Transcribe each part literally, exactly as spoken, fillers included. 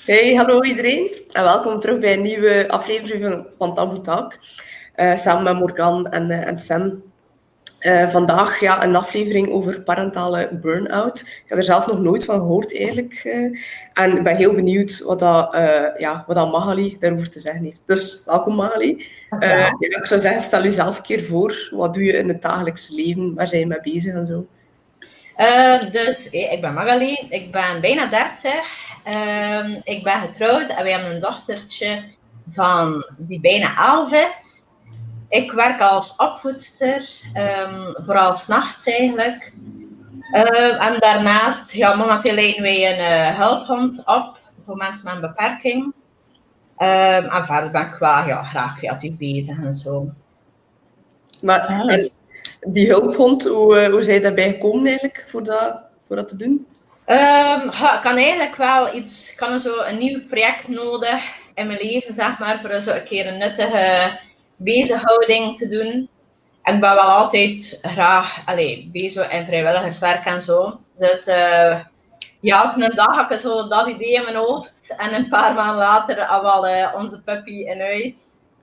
Hey, hallo iedereen en welkom terug bij een nieuwe aflevering van, van Taboe Talk. Uh, samen met Morgan en, uh, en Sam. Uh, vandaag ja, een aflevering over parentale burn-out. Ik heb er zelf nog nooit van gehoord eigenlijk. Uh, en ik ben heel benieuwd wat, dat, uh, ja, wat dat Magali daarover te zeggen heeft. Dus welkom Magali. Uh, ja, ik zou zeggen, stel jezelf een keer voor. Wat doe je in het dagelijks leven? Waar zijn je mee bezig en zo? Uh, dus ik ben Magali, ik ben bijna dertig. Uh, ik ben getrouwd en we hebben een dochtertje van die bijna elf is. Ik werk als opvoedster, um, vooral 's nachts eigenlijk. Uh, en daarnaast, ja, momenteel leiden wij een uh, hulphond op voor mensen met een beperking. Um, en verder ben ik wel ja, graag creatief bezig en zo. Maar en die hulphond, hoe, hoe zijn je daarbij gekomen eigenlijk voor dat, voor dat te doen? Um, ja, ik kan eigenlijk wel iets, ik had zo een nieuw project nodig in mijn leven, zeg maar, voor zo een keer een nuttige bezighouding te doen. En ik ben wel altijd graag allee, bezig in vrijwilligerswerk en zo. Dus uh, ja, op een dag had ik zo dat idee in mijn hoofd. En een paar maanden later al wel uh, onze puppy in huis.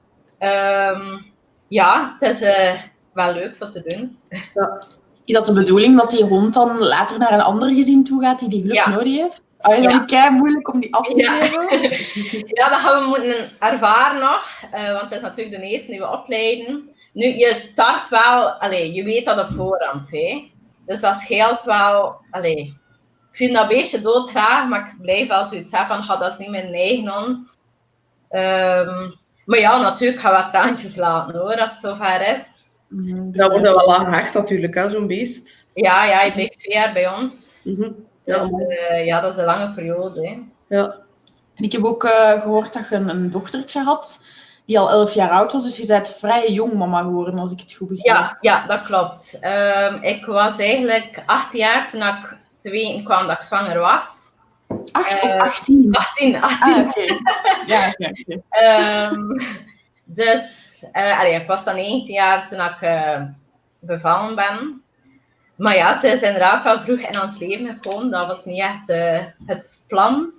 Um, ja, het is uh, wel leuk voor te doen. Ja. Is dat de bedoeling dat die hond dan later naar een ander gezin toe gaat die die hulp ja. nodig heeft? Oh, is dat ja. niet kei moeilijk om die af te ja. geven? Ja, dat gaan we moeten ervaren nog. Uh, want het is natuurlijk de eerste die we opleiden. Nu, je start wel, allee, je weet dat op voorhand. Hè? Dus dat scheelt wel. Allee, ik zie dat beestje doodgraag, maar ik blijf wel zoiets zeggen van, dat is niet mijn eigen hond. Um, maar ja, natuurlijk gaan we wat traantjes laten hoor, als het zover is. Mm-hmm. Dat wordt wel lang gehecht natuurlijk, hè, zo'n beest. Ja, ja, hij blijft twee jaar bij ons. Mm-hmm. Ja, dus uh, ja, dat is een lange periode. Hè. Ja. En ik heb ook uh, gehoord dat je een, een dochtertje had, die al elf jaar oud was. Dus je bent vrij jong mama geworden, als ik het goed begrijp. Ja, ja, dat klopt. Um, ik was eigenlijk acht jaar toen ik te weten kwam dat ik zwanger was. Acht uh, of achttien? achttien, achttien. Ah, oké. Okay. Ja, oké. Okay, okay. um, dus, uh, allee, ik was dan negentien jaar toen ik uh, bevallen ben. Maar ja, ze is inderdaad wel vroeg in ons leven gekomen. Dat was niet echt uh, het plan.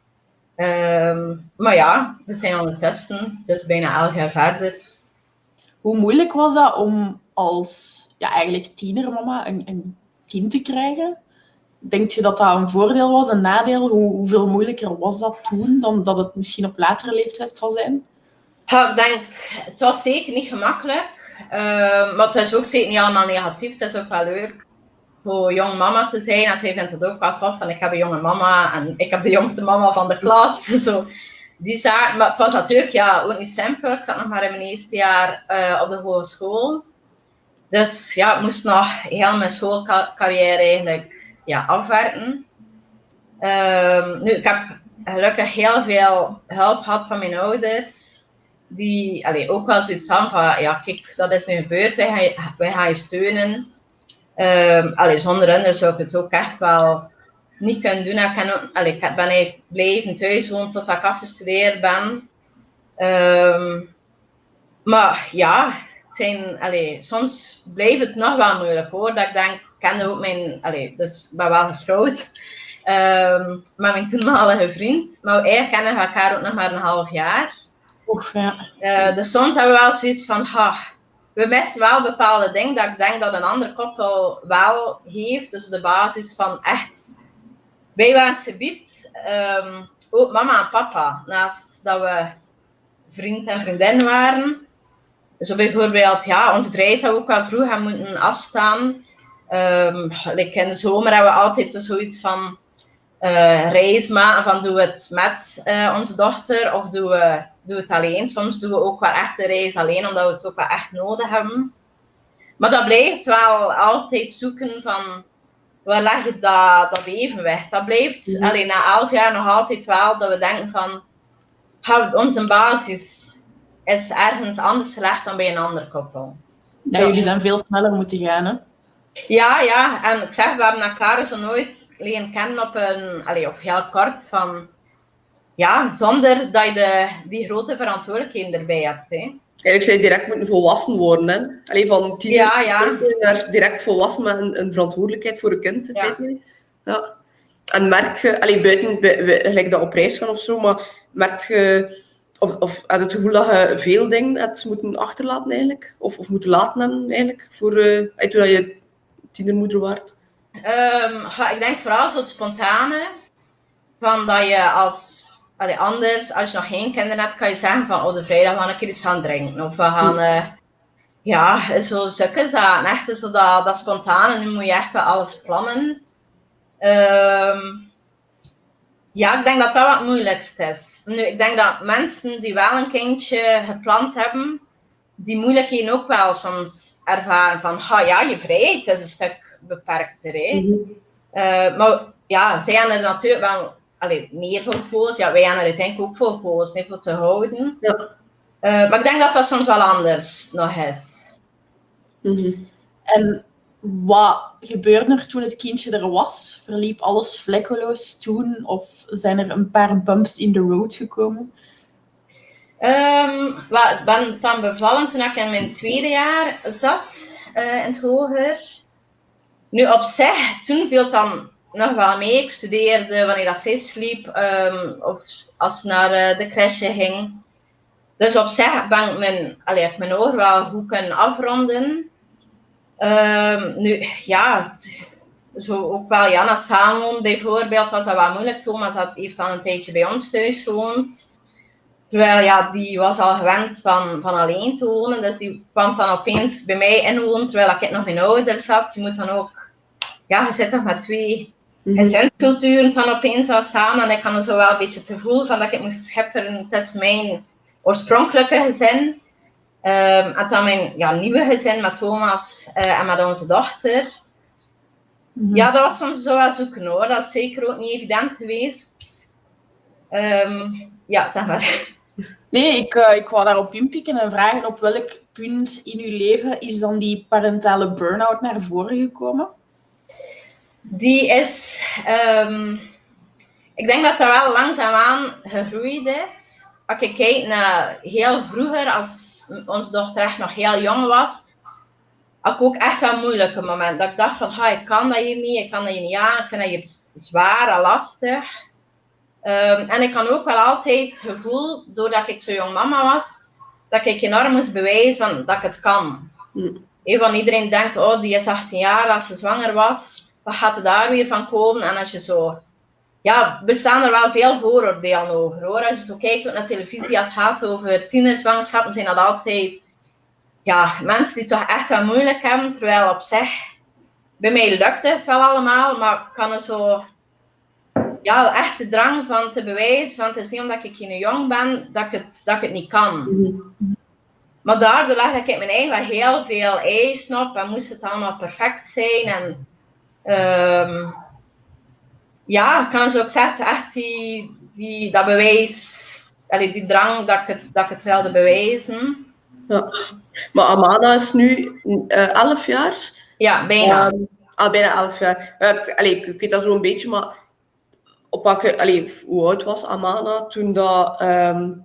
Um, maar ja, we zijn ondertussen, dus bijna elf jaar verder. Hoe moeilijk was dat om als ja, eigenlijk tienermama een, een kind te krijgen? Denk je dat dat een voordeel was, een nadeel? Hoe, hoeveel moeilijker was dat toen dan dat het misschien op latere leeftijd zal zijn? Ja, ik denk, het was zeker niet gemakkelijk. Uh, maar het is ook zeker niet allemaal negatief. Het is ook wel leuk voor jong mama te zijn. En zij vindt het ook wel tof. En ik heb een jonge mama en ik heb de jongste mama van de klas. Zo, die zaken. Maar het was natuurlijk ja, ook niet simpel. Ik zat nog maar in mijn eerste jaar uh, op de hogeschool. Dus ja, ik moest nog heel mijn schoolcarrière eigenlijk ja, afwerken. Um, nu, ik heb gelukkig heel veel hulp gehad van mijn ouders. Die allee, ook wel zoiets hadden van, ja kijk, dat is nu gebeurd, wij gaan, wij gaan je steunen. Um, allee, zonder hen zou ik het ook echt wel niet kunnen doen. Ik, kan ook, allee, ik ben eigenlijk blijven thuis wonen totdat ik afgestudeerd ben. Um, maar ja, het zijn, allee, soms blijft het nog wel moeilijk hoor. Dat ik denk, ik kende ook mijn, allee, dus ik ben wel getrouwd um, met mijn toenmalige vriend. Maar eigenlijk kennen we elkaar ook nog maar een half jaar. Oef, ja. uh, dus soms hebben we wel zoiets van, ha, we missen wel bepaalde dingen dat ik denk dat een ander koppel wel heeft. Dus de basis van echt bijwaarts gebied. Um, ook mama en papa, naast dat we vriend en vriendin waren. Zo bijvoorbeeld, ja, onze vrijheid hebben we ook wel vroeg hebben moeten afstaan. Um, like in de zomer hebben we altijd zoiets van uh, reis maken van doen we het met uh, onze dochter of doen we, doen we het alleen. Soms doen we ook wel echt de reis alleen, omdat we het ook wel echt nodig hebben. Maar dat blijft wel altijd zoeken van, waar leg je dat, dat evenwicht? Dat blijft mm-hmm. alleen na elf jaar nog altijd wel dat we denken van, onze basis is ergens anders gelegd dan bij een ander koppel. Ja, jullie zijn veel sneller moeten gaan, hè? Ja, ja. En ik zeg, we hebben elkaar zo nooit leren kennen op een, allez, op heel kort van, ja, zonder dat je de, die grote verantwoordelijkheden erbij hebt, hè. Eigenlijk zou je direct moeten volwassen worden, hè? Allee, van tiener ja, ja. naar direct volwassen met een, een verantwoordelijkheid voor een kind, ja. ja. En merk je, allee, buiten, we, we, gelijk dat op reis gaan of zo, maar merk je, of, of had het gevoel dat je veel dingen hebt moeten achterlaten eigenlijk? Of, of moeten laten hebben eigenlijk, voor, uh, toen je tienermoeder waart? Um, ja, ik denk vooral zo het spontane, van dat je als, allee, anders, als je nog geen kinderen hebt, kan je zeggen van, oh, de vrijdag gaan we een keer iets gaan drinken, of we gaan... Uh, Ja, zo zulke zaken. Echt zo dat, dat spontane. Nu moet je echt wel alles plannen. Um, ja, ik denk dat dat wat het moeilijkste is. Nu, ik denk dat mensen die wel een kindje gepland hebben, die moeilijkheden ook wel soms ervaren van, ha, ja, je vrijheid is een stuk beperkter. Hè? Mm-hmm. Uh, maar ja, zij hebben er natuurlijk wel allee, meer voor gekozen. Ja, wij hebben er uiteindelijk ook voor gekozen, voor te houden. Ja. Uh, maar ik denk dat dat soms wel anders nog is. Mm-hmm. En wat gebeurde er toen het kindje er was? Verliep alles vlekkeloos toen? Of zijn er een paar bumps in the road gekomen? Um, well, ik ben dan bevallen toen ik in mijn tweede jaar zat, uh, in het hoger. Nu op zich, toen viel het dan nog wel mee. Ik studeerde wanneer dat zij sliep, um, of als naar uh, de crèche ging. Dus op zich ben ik mijn, allee, ik mijn oor wel goed kunnen afronden. Um, nu, ja, zo ook wel Jana samen bijvoorbeeld was dat wel moeilijk. Thomas had, heeft dan een tijdje bij ons thuis gewoond. Terwijl, ja, die was al gewend van, van alleen te wonen. Dus die kwam dan opeens bij mij inwonen, terwijl ik nog mijn ouders had. Je moet dan ook, ja, je zit nog met twee mm-hmm. gezinsculturen dan opeens wat samen. En ik had er zo wel een beetje te voelen van dat ik moest schipperen tussen mijn oorspronkelijke gezin. Um, en dan mijn ja, nieuwe gezin met Thomas uh, en met onze dochter. Mm-hmm. Ja, dat was soms zo wel zoeken hoor. Dat is zeker ook niet evident geweest. Um, ja, zeg maar. Nee, ik, uh, ik wou daarop inpikken en vragen op welk punt in uw leven is dan die parentale burn-out naar voren gekomen? Die is... Um, ik denk dat dat wel langzaamaan gegroeid is. Als ik kijk naar heel vroeger, als onze dochter echt nog heel jong was, had ik ook echt wel een moeilijke moment. Dat ik dacht van, ha, ik kan dat hier niet, ik kan dat hier niet aan, ik vind dat hier zwaar en lastig. Um, en ik had ook wel altijd het gevoel, doordat ik zo jong mama was, dat ik enorm moest bewijzen van, dat ik het kan. Mm. He, want iedereen denkt, oh, die is achttien jaar, als ze zwanger was, wat gaat er daar weer van komen? En als je zo... Ja, bestaan er wel veel vooroordelen over, hoor. Als je zo kijkt op naar televisie, het gaat over tienerzwangerschappen, zijn dat altijd ja, mensen die het toch echt wel moeilijk hebben. Terwijl op zich, bij mij lukte het wel allemaal, maar ik kan er zo... Ja, echt de drang van te bewijzen, van het is niet omdat ik hier jong ben, dat ik het, dat ik het niet kan. Mm-hmm. Maar daardoor legde ik mijn eigen wel heel veel eisen op en moest het allemaal perfect zijn. En... Um, Ja, ik kan zo ook zeggen, echt die, die, dat bewijs, allee, die drang dat ik, het, dat ik het wilde bewijzen. Ja. Maar Amanda is nu uh, elf jaar? Ja, bijna. Um, al bijna elf jaar. Uh, allee, ik, ik weet dat zo een beetje, maar op welke, allee, hoe oud was Amanda toen dat, um,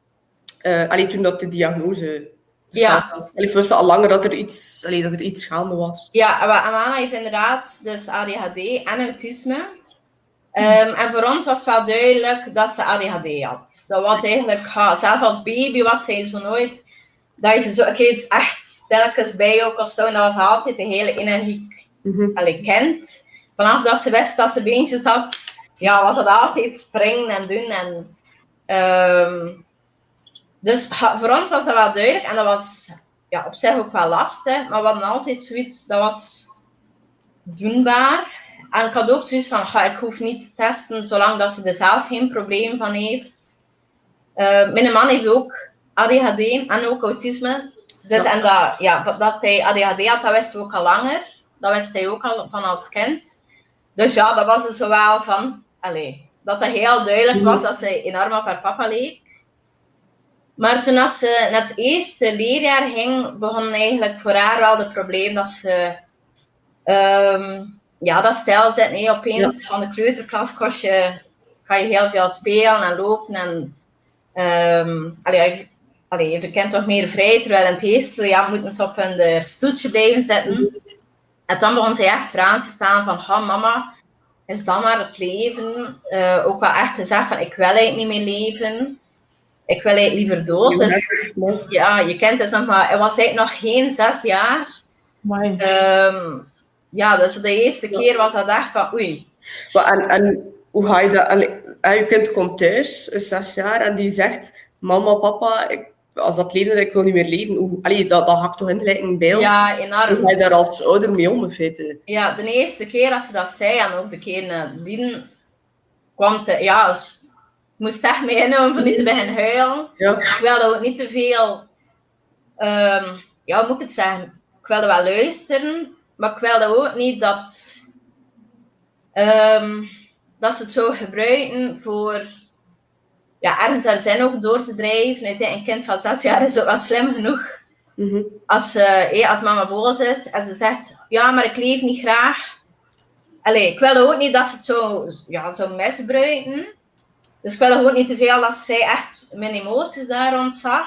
uh, allee, toen dat de diagnose ja. was? Allee, wist al langer dat er iets, allee, dat er iets gaande was? Ja, maar Amanda heeft inderdaad dus A D H D en autisme. Um, en voor ons was wel duidelijk dat ze A D H D had. Dat was eigenlijk, ja, zelf als baby was zij zo nooit, dat je ze zo okay, echt stilletjes bij jou kon staan. Dat was altijd een hele energiek mm-hmm. allee, kind. Vanaf dat ze wist dat ze beentjes had, ja, was het altijd springen en doen. En, um, dus ja, voor ons was dat wel duidelijk en dat was ja, op zich ook wel lastig, maar we hadden altijd zoiets, dat was doenbaar. En ik had ook zoiets van, ga, ik hoef niet te testen zolang dat ze er zelf geen probleem van heeft. Uh, mijn man heeft ook A D H D en ook autisme. Dus, ja. En dat, ja, dat hij A D H D had, dat wisten we ook al langer. Dat wist hij ook al van als kind. Dus ja, dat was er zowel van, allez, dat het heel duidelijk was dat ze enorm op haar papa leek. Maar toen als ze naar het eerste leerjaar ging, begon eigenlijk voor haar wel het probleem dat ze... Um, Ja, dat stijl zit nee, opeens ja. Van de kleuterklas kost je, kan je heel veel spelen en lopen. En, um, allee, allee, je heeft kind toch meer vrijheid, terwijl in het eerste ja, moeten ze op hun stoeltje blijven zitten. Mm-hmm. En dan begon ze echt vragen te stellen van, oh, mama, is dan maar het leven. Uh, ook wel echt gezegd van, ik wil eigenlijk niet meer leven. Ik wil eigenlijk liever dood. Dus, ja, je kent het nog maar, het was eigenlijk nog geen zes jaar. Um, ja, dus de eerste keer was dat echt van, oei. Maar en, en hoe ga je dat... Allee, je kind komt thuis, is zes jaar, en die zegt, mama, papa, ik, als dat leven is, ik wil niet meer leven. Hoe, allee, dat, dat hakt toch in gelijk een beeld? Ja, enorm. Hoe ga je daar als ouder mee om, in feite? Ja, de eerste keer als ze dat zei, en ook de keer nadien, kwam het, ja, als, ik moest echt mee inhouden van niet te beginnen huilen. Ja. Ik wilde ook niet te veel, um, ja, hoe moet ik het zeggen? Ik wilde wel luisteren, maar ik wilde ook niet dat, um, dat ze het zo gebruiken voor, ja, ergens haar zin ook door te drijven. Een kind van zes jaar is ook wel slim genoeg. Mm-hmm. Als, uh, hey, als mama boos is en ze zegt, ja, maar ik leef niet graag. Allee, ik wilde ook niet dat ze het zo, ja, zo misbruiken. Dus ik wilde ook niet te veel dat zij echt mijn emoties daar rond zag.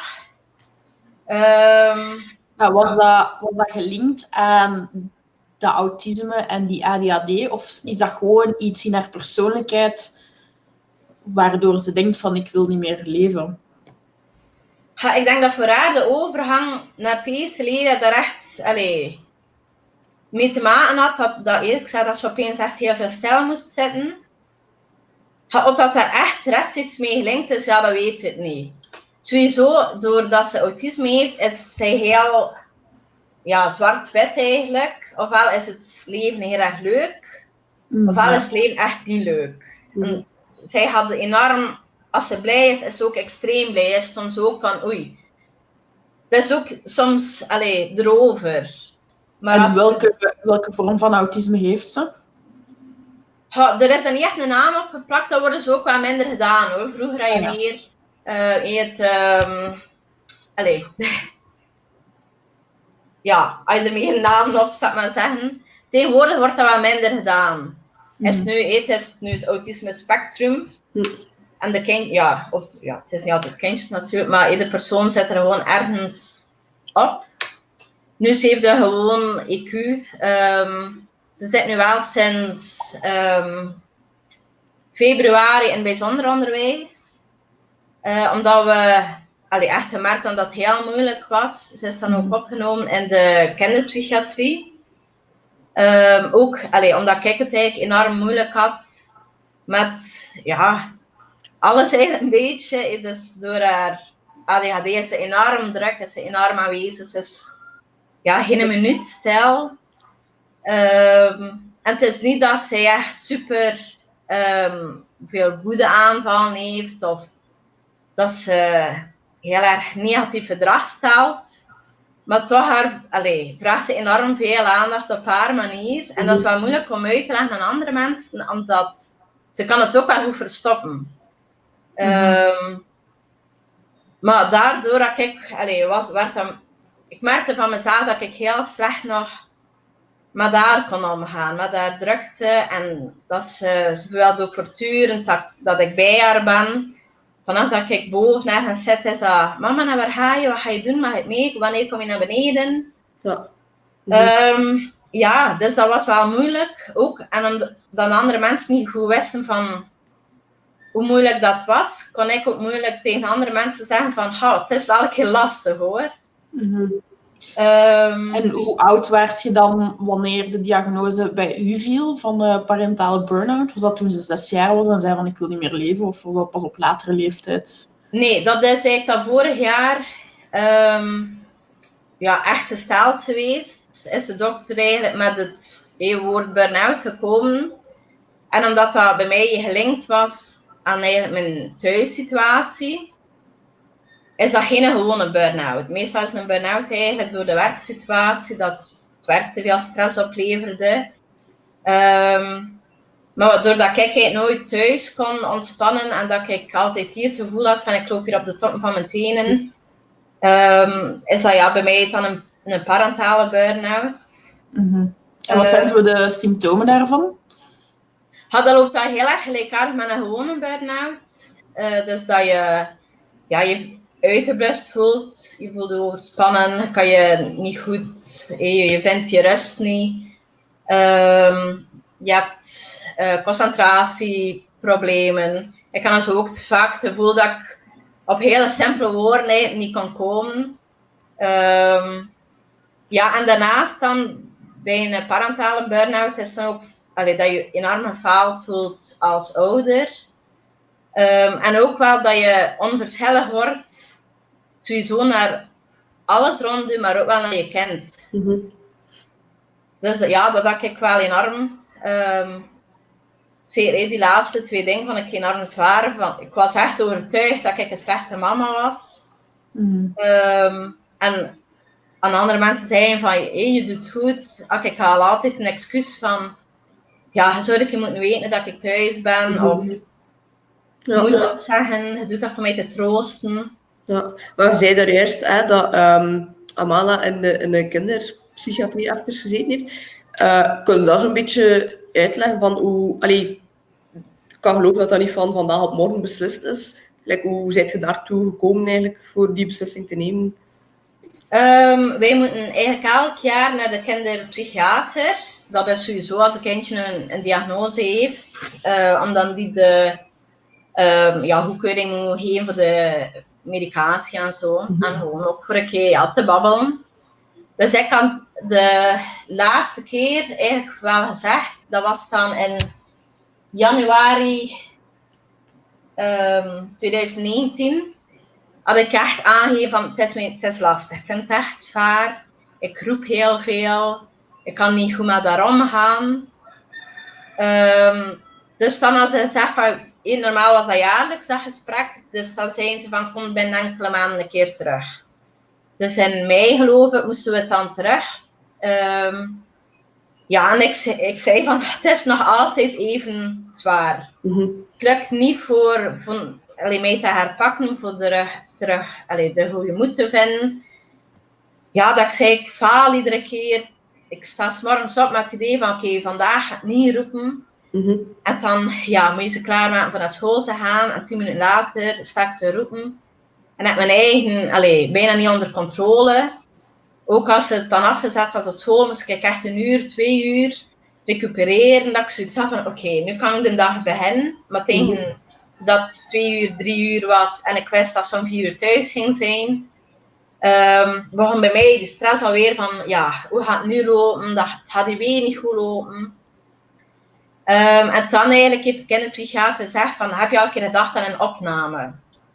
Um, ja, was, dat, was dat gelinkt aan dat autisme en die A D H D? Of is dat gewoon iets in haar persoonlijkheid waardoor ze denkt van ik wil niet meer leven? Ja, ik denk dat voor haar de overgang naar het eerste leren daar echt allee, mee te maken had. Dat, dat, ik zei dat ze opeens echt heel veel stil moest zitten. Ja, of dat daar echt rechtstreeks mee gelinkt is, ja, dat weet ik niet. Sowieso, doordat ze autisme heeft, is zij heel ja, zwart-wit eigenlijk. Ofwel is het leven heel erg leuk, mm, ofwel ja. is het leven echt niet leuk. Mm. En zij had enorm, als ze blij is, is ze ook extreem blij. Is soms ook van, oei. Dat is ook soms, allee, erover. Maar en welke, ze... welke vorm van autisme heeft ze? Ja, er is er niet echt een naam op geplakt, dat worden ze ook wel minder gedaan hoor. Vroeger had je ja. meer uh, het, um, allee, ja, als je er meer een naam op zou maar zeggen. Tegenwoordig wordt dat wel minder gedaan. Mm. Is het nu, het is nu het autisme spectrum. Mm. En de kind, ja, of, ja, het is niet altijd kindjes natuurlijk, maar iedere persoon zit er gewoon ergens op. Nu ze heeft er gewoon I Q. Um, Ze zit nu wel sinds um, februari in bijzonder onderwijs. Uh, omdat we allee, echt gemerkt hebben dat het heel moeilijk was. Ze is dan ook opgenomen in de kinderpsychiatrie. Um, ook allee, omdat ik het eigenlijk enorm moeilijk had met ja, alles eigenlijk een beetje. Dus door haar A D H D is ze enorm druk, is ze enorm aanwezig. Ze is ja, geen minuut stil. Um, en het is niet dat zij echt super um, veel goede aanvallen heeft of dat ze heel erg negatief gedrag stelt. Maar toch haar, allez, vraagt ze enorm veel aandacht op haar manier. En dat is wel moeilijk om uit te leggen aan andere mensen, omdat ze kan het ook wel goed verstoppen. Mm-hmm. Um, maar daardoor dat ik, allez, was, werd dan, ik merkte van mezelf dat ik heel slecht nog met haar kon omgaan, met haar drukte en dat ze, ze wilde ook voortdurend dat, dat ik bij haar ben. Vanaf dat ik boven ergens zit, is dat, mama, naar waar ga je? Wat ga je doen? Mag ik mee? Wanneer kom je naar beneden? Ja. Mm-hmm. Um, ja, dus dat was wel moeilijk ook. En omdat andere mensen niet goed wisten van hoe moeilijk dat was, kon ik ook moeilijk tegen andere mensen zeggen van, oh, het is wel een keer lastig hoor. Mm-hmm. Um, en hoe oud werd je dan wanneer de diagnose bij u viel van de parentale burn-out? Was dat toen ze zes jaar was en zei van ik wil niet meer leven? Of was dat pas op latere leeftijd? Nee, dat is eigenlijk dat vorig jaar um, ja, echt gesteld geweest. Is de dokter eigenlijk met het woord burn-out gekomen. En omdat dat bij mij gelinkt was aan eigenlijk mijn thuissituatie, is dat geen gewone burn-out. Meestal is een burn-out eigenlijk door de werksituatie, dat het werk te veel stress opleverde. Um, maar doordat ik nooit thuis kon ontspannen en dat ik altijd hier het gevoel had van ik loop hier op de toppen van mijn tenen, um, is dat ja, bij mij dan een, een parentale burn-out. Mm-hmm. En wat zijn uh, zo de symptomen daarvan? Ja, dat loopt wel heel erg gelijkaardig met een gewone burn-out. Uh, dus dat je, ja, je uitgeblust voelt, je voelt je overspannen, kan je niet goed, je, je vindt je rust niet. Um, je hebt uh, concentratieproblemen. Ik had dus ook vaak het gevoel dat ik op hele simpele woorden niet kon komen. Um, ja, en daarnaast dan bij een parentale burn-out is dan ook allee, dat je enorm gefaald voelt als ouder. Um, en ook wel dat je onverschillig wordt, sowieso naar alles rond je, maar ook wel naar je kind. Mm-hmm. Dus de, ja, dat had ik wel enorm. Um, zeker die laatste twee dingen vond ik enorm zwaar. Van, ik was echt overtuigd dat ik een slechte mama was. Mm-hmm. Um, en aan andere mensen zeiden van, hey, je doet goed. Ik haal altijd een excuus van, ja, zou ik je moeten weten dat ik thuis ben. Mm-hmm. Of je moet het zeggen, je doet dat voor mij te troosten. Ja, maar je zei daar eerst hè, dat um, Amala in de, in de kinderpsychiatrie even gezeten heeft. Uh, kun je dat zo'n beetje uitleggen van hoe... Allee, ik kan geloven dat dat niet van vandaag op morgen beslist is. Like, hoe zijt je daartoe gekomen eigenlijk voor die beslissing te nemen? Um, wij moeten eigenlijk elk jaar naar de kinderpsychiater. Dat is sowieso als een kindje een, een diagnose heeft. Uh, om dan die de um, ja, goedkeuring moet geven voor de medicatie en zo. Mm-hmm. En gewoon ook voor een keer ja, te babbelen. Dus ik had de laatste keer eigenlijk wel gezegd. Dat was dan in januari um, twintig negentien. Had ik echt aangegeven van het is, het is lastig. Ik vind het echt zwaar. Ik roep heel veel. Ik kan niet goed met daar omgaan. Um, dus dan als ze zegt van, normaal was dat jaarlijks dat gesprek. Dus dan zeiden ze van kom binnen enkele maanden een keer terug. Dus in mei geloof ik moesten we het dan terug. Um, ja en ik, ik zei van het is nog altijd even zwaar. Mm-hmm. Het lukt niet voor, voor allee, mij te herpakken. Voor terug, terug allee, de goede moed te vinden. Ja dat ik zei ik faal iedere keer. Ik sta 's morgens op met het idee van oké, okay, vandaag ga ik niet roepen. Mm-hmm. En dan ja, moet je ze klaarmaken voor naar school te gaan. En tien minuten later sta ik te roepen. En heb mijn eigen, allee, bijna niet onder controle. Ook als het dan afgezet was op school, moest ik echt een uur, twee uur recupereren. Dat ik zoiets had van oké, okay, nu kan ik de dag beginnen. Maar tegen mm-hmm. dat het twee uur, drie uur was en ik wist dat ze om vier uur thuis ging zijn. Um, begon bij mij die stress alweer van, ja, hoe gaat het nu lopen? Dat het gaat weer niet goed lopen. Um, en dan eigenlijk heeft de kinderpsychiater gezegd van, heb je al een keer gedacht aan een opname?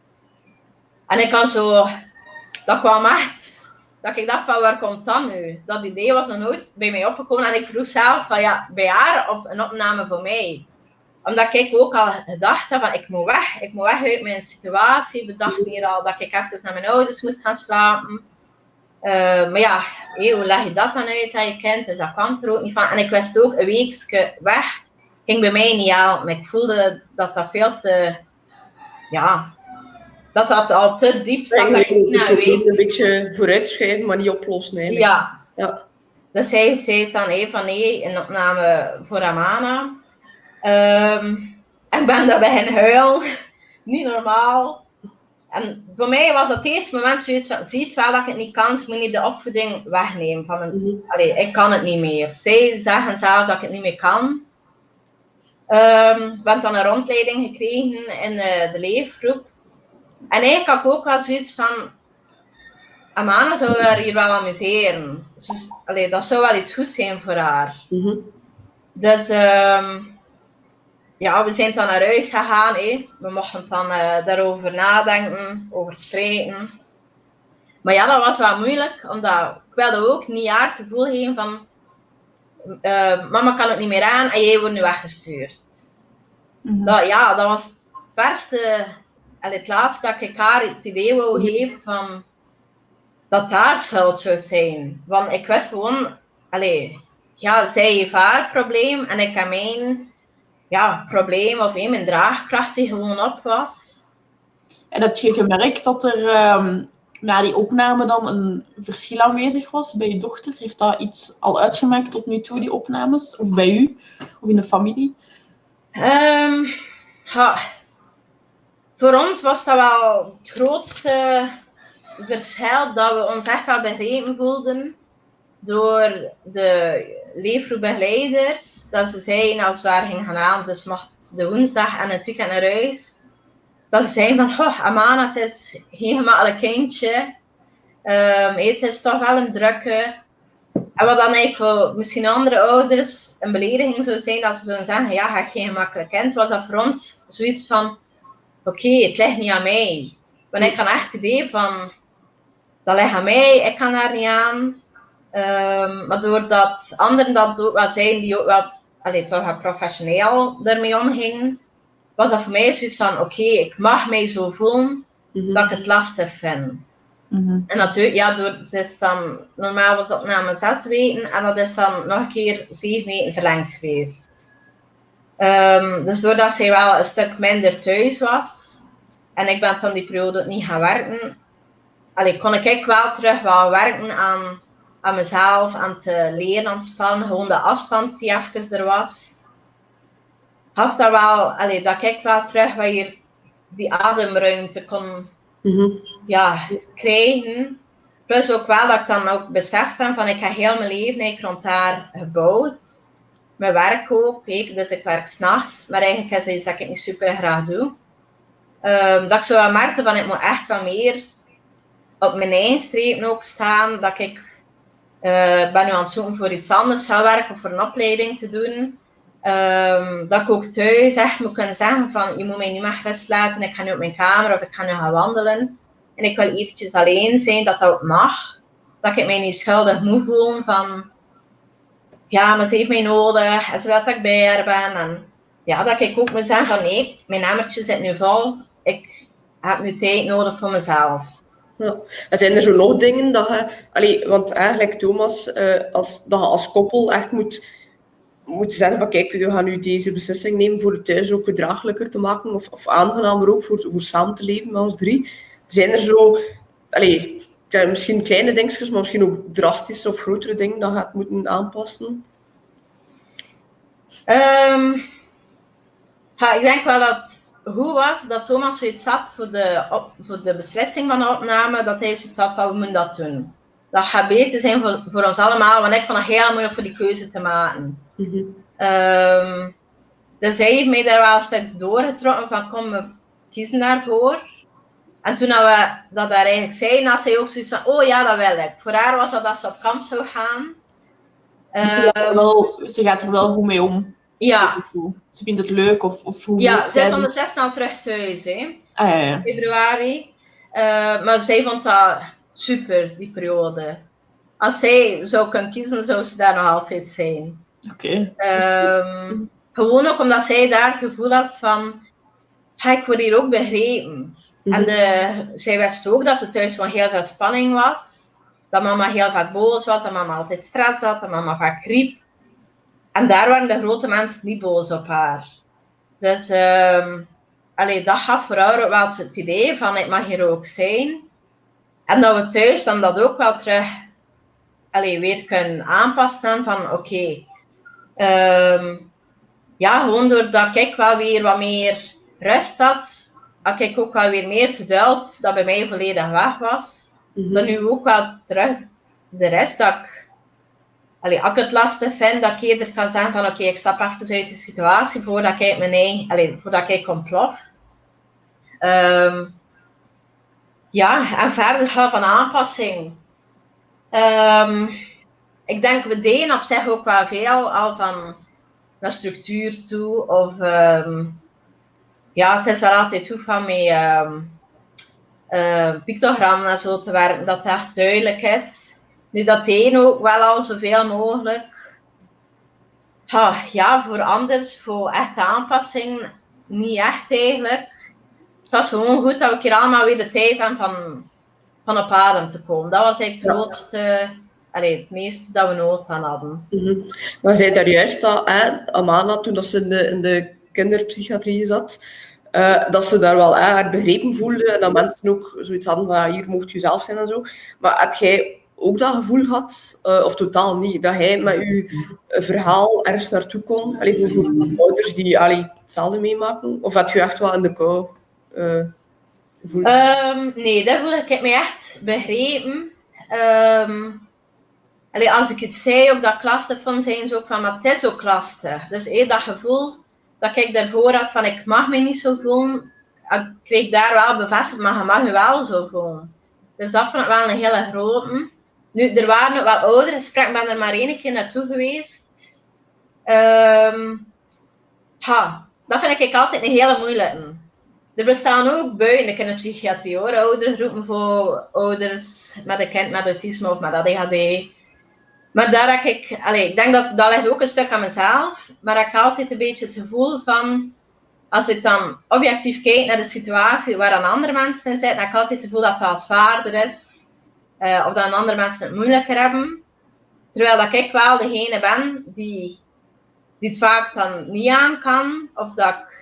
En ik was zo, dat kwam echt, dat ik dacht van, waar komt dat nu? Dat idee was nog nooit bij mij opgekomen en ik vroeg zelf van, ja, bij haar of een opname voor mij? Omdat ik ook al gedacht had van, ik moet weg, ik moet weg uit mijn situatie. Ik dacht hier al dat ik even naar mijn ouders moest gaan slapen. Uh, maar ja, hey, hoe leg je dat dan uit aan je kind? Dus dat kwam er ook niet van. En ik wist ook, een weekje weg ging bij mij niet aan. Maar ik voelde dat dat veel te, ja, dat dat al te diep zat. Ja, dat ik niet naar weet. Een beetje vooruitschuiven, maar niet oplossen eigenlijk. Ja. ja. Dus hij zei dan hey, van nee, een opname voor Amana. Um, ik ben daar bij hen huil, niet normaal. En voor mij was dat het eerste moment zoiets van, ziet wel dat ik het niet kan, dus ik moet niet de opvoeding wegnemen. Van mijn, mm-hmm. Allee, ik kan het niet meer. Zij zeggen zelf dat ik het niet meer kan. Um, ik heb dan een rondleiding gekregen in de, de leefgroep. En eigenlijk had ik ook wel zoiets van, Amana zou haar hier wel amuseren. Dus, allee, dat zou wel iets goeds zijn voor haar. Mm-hmm. Dus... Um, Ja, we zijn dan naar huis gegaan. Hé. We mochten dan uh, daarover nadenken, over spreken. Maar ja, dat was wel moeilijk, omdat ik wilde ook niet haar het gevoel geven van uh, mama kan het niet meer aan en jij wordt nu weggestuurd. Mm-hmm. Dat, ja, dat was het verste en het laatste dat ik haar het idee wou geven van dat haar schuld zou zijn. Want ik wist gewoon, allee, ja, zij heeft haar probleem en ik heb mijn... Ja, probleem of hey, mijn draagkracht die gewoon op was. En heb je gemerkt dat er um, na die opname dan een verschil aanwezig was bij je dochter? Heeft dat iets al uitgemaakt tot nu toe, die opnames? Of bij u? Of in de familie? Um, ja. Voor ons was dat wel het grootste verschil dat we ons echt wel begrepen voelden door de leefgroepbegeleiders, dat ze zeiden als we gingen gaan aan, dus mocht de woensdag en het weekend naar huis, dat ze zeiden van, oh, Amana, het is geen gemakkelijk kindje, um, het is toch wel een drukke. En wat dan eigenlijk voor misschien andere ouders een belediging zou zijn, dat ze zouden zeggen, ja, ga geen gemakkelijk kind, was dat voor ons zoiets van, oké, okay, het ligt niet aan mij. Want ik had echt het idee van, dat ligt aan mij, ik kan daar niet aan. Um, maar doordat anderen dat ook wel zijn, die ook wel, allee, toch wel professioneel ermee omgingen, was dat voor mij zoiets van, oké, okay, ik mag mij zo voelen, mm-hmm. dat ik het lastig vind. Mm-hmm. En natuurlijk, ja, door, het is dan, normaal was het opname zes weken, en dat is dan nog een keer zeven weken verlengd geweest. Um, dus doordat zij wel een stuk minder thuis was, en ik ben dan die periode ook niet gaan werken, allee, kon ik wel terug wel werken aan, aan mezelf, aan te leren ontspannen, gewoon de afstand die even er was. Had dat wel, allee, dat ik wel terug weer die ademruimte kon mm-hmm. ja, krijgen. Plus ook wel dat ik dan ook beseft heb van ik heb heel mijn leven eigenlijk rond daar gebouwd. Mijn werk ook, dus ik werk 's nachts, maar eigenlijk is het iets dat ik niet super graag doe. Um, dat ik zo wel merkte van ik moet echt wat meer op mijn eigen strepen ook staan, dat ik uh, ben nu aan het zoeken voor iets anders, ga werken of voor een opleiding te doen. Um, dat ik ook thuis echt moet kunnen zeggen van je moet mij niet meer rust laten, ik ga nu op mijn kamer of ik ga nu gaan wandelen en ik wil eventjes alleen zijn, dat dat ook mag. Dat ik mij niet schuldig moet voelen van ja, maar ze heeft mij nodig en ze wil dat ik bij haar ben. En ja, dat ik ook moet zeggen van nee, mijn emmertje zit nu vol, ik heb nu tijd nodig voor mezelf. Ja. En zijn er zo nog dingen dat je, allee, want eigenlijk Thomas, uh, als, dat je als koppel echt moet, moet zeggen van kijk, we gaan nu deze beslissing nemen voor het thuis ook gedraaglijker te maken of, of aangenamer ook voor, voor samen te leven met ons drie. Zijn er zo, allee, ja, misschien kleine dingetjes, maar misschien ook drastische of grotere dingen dat je hebt moeten aanpassen? Um, ja, ik denk wel dat hoe was dat Thomas zoiets had voor de, op, voor de beslissing van de opname, dat hij zoiets had van we moeten dat doen. Dat gaat beter zijn voor, voor ons allemaal, want ik vond het heel moeilijk voor die keuze te maken. Mm-hmm. Um, dus hij heeft mij daar wel een stuk doorgetrokken van kom, we kiezen daarvoor. En toen we dat daar eigenlijk zeiden, had zij ook zoiets van oh ja, dat wil ik. Voor haar was dat dat ze op kamp zou gaan. Dus ze gaat er wel, ze gaat er wel goed mee om. Ja. Ze vindt het leuk of, of hoe... Ja, zij vond het best snel terug thuis, hè. Ah, ja, ja. Februari. Uh, maar zij vond dat super, die periode. Als zij zou kunnen kiezen, zou ze daar nog altijd zijn. Oké. Okay. Um, gewoon ook omdat zij daar het gevoel had van... ik word hier ook begrepen. Mm-hmm. En de, zij wist ook dat er thuis gewoon heel veel spanning was. Dat mama heel vaak boos was, dat mama altijd stress had, dat mama vaak riep. En daar waren de grote mensen niet boos op haar. Dus um, allee, dat gaf voor haar ook wel het idee van ik mag hier ook zijn. En dat we thuis dan dat ook wel terug allee, weer kunnen aanpassen van oké. Okay, um, ja, gewoon doordat ik wel weer wat meer rust had, had ik ook wel weer meer geduld dat bij mij volledig weg was. Mm-hmm. Dan nu ook wel terug de rest dat ik Allee, als ik het lastig vind, dat ik eerder kan zeggen van oké, okay, ik stap even uit de situatie voordat ik mijn eigen, allee, voordat ik ontplof. Um, ja, en verder gaan van aanpassing. Um, ik denk, we deden op zich ook wel veel al van naar structuur toe. Of um, ja, het is wel altijd toe van met um, uh, pictogrammen en zo te werken, dat het echt duidelijk is. Nu, dat deed ook wel al zoveel mogelijk. Ha, ja, voor anders, voor echte aanpassing, niet echt eigenlijk. Het was gewoon goed dat we hier allemaal weer de tijd hebben van, van op adem te komen. Dat was eigenlijk het ja. grootste, allee, het meeste dat we nood aan hadden. Mm-hmm. Maar zei daar juist dat hè, Amana, toen dat ze in de, in de kinderpsychiatrie zat, uh, dat ze daar wel hè, haar begrepen voelde en dat mensen ook zoiets hadden van hier mocht je zelf zijn en zo. Maar had jij ook dat gevoel had, uh, of totaal niet, dat hij met uw verhaal ergens naartoe kon? Allee, voor, voor ouders die allee, hetzelfde meemaken? Of had je echt wel in de kou uh, gevoeld? Um, nee, dat voelde ik me echt begrepen. Um, allee, als ik het zei, ook dat ik lastig vond, zijn ze ook van, maar het is ook lastig. Dus hey, dat gevoel dat ik daarvoor had van, ik mag me niet zo voelen, ik kreeg daar wel bevestigd, maar je mag je wel zo voelen. Dus dat vond ik wel een hele grote. Nu, er waren ook wel oudere gesprekken, ik ben er maar één keer naartoe geweest. Um, ha, dat vind ik altijd een hele moeilijke. Er bestaan ook buiten de kinderpsychiatrie hoor, oudergroepen voor ouders met een kind met autisme of met A D H D. Maar daar heb ik, allez, ik denk dat dat ligt ook een stuk aan mezelf, maar ik heb altijd een beetje het gevoel van, als ik dan objectief kijk naar de situatie waar een andere mensen in zitten, dan heb ik altijd het gevoel dat dat zwaarder is, uh, of dat een andere mensen het moeilijker hebben. Terwijl dat ik wel degene ben die, die het vaak dan niet aan kan, of dat ik...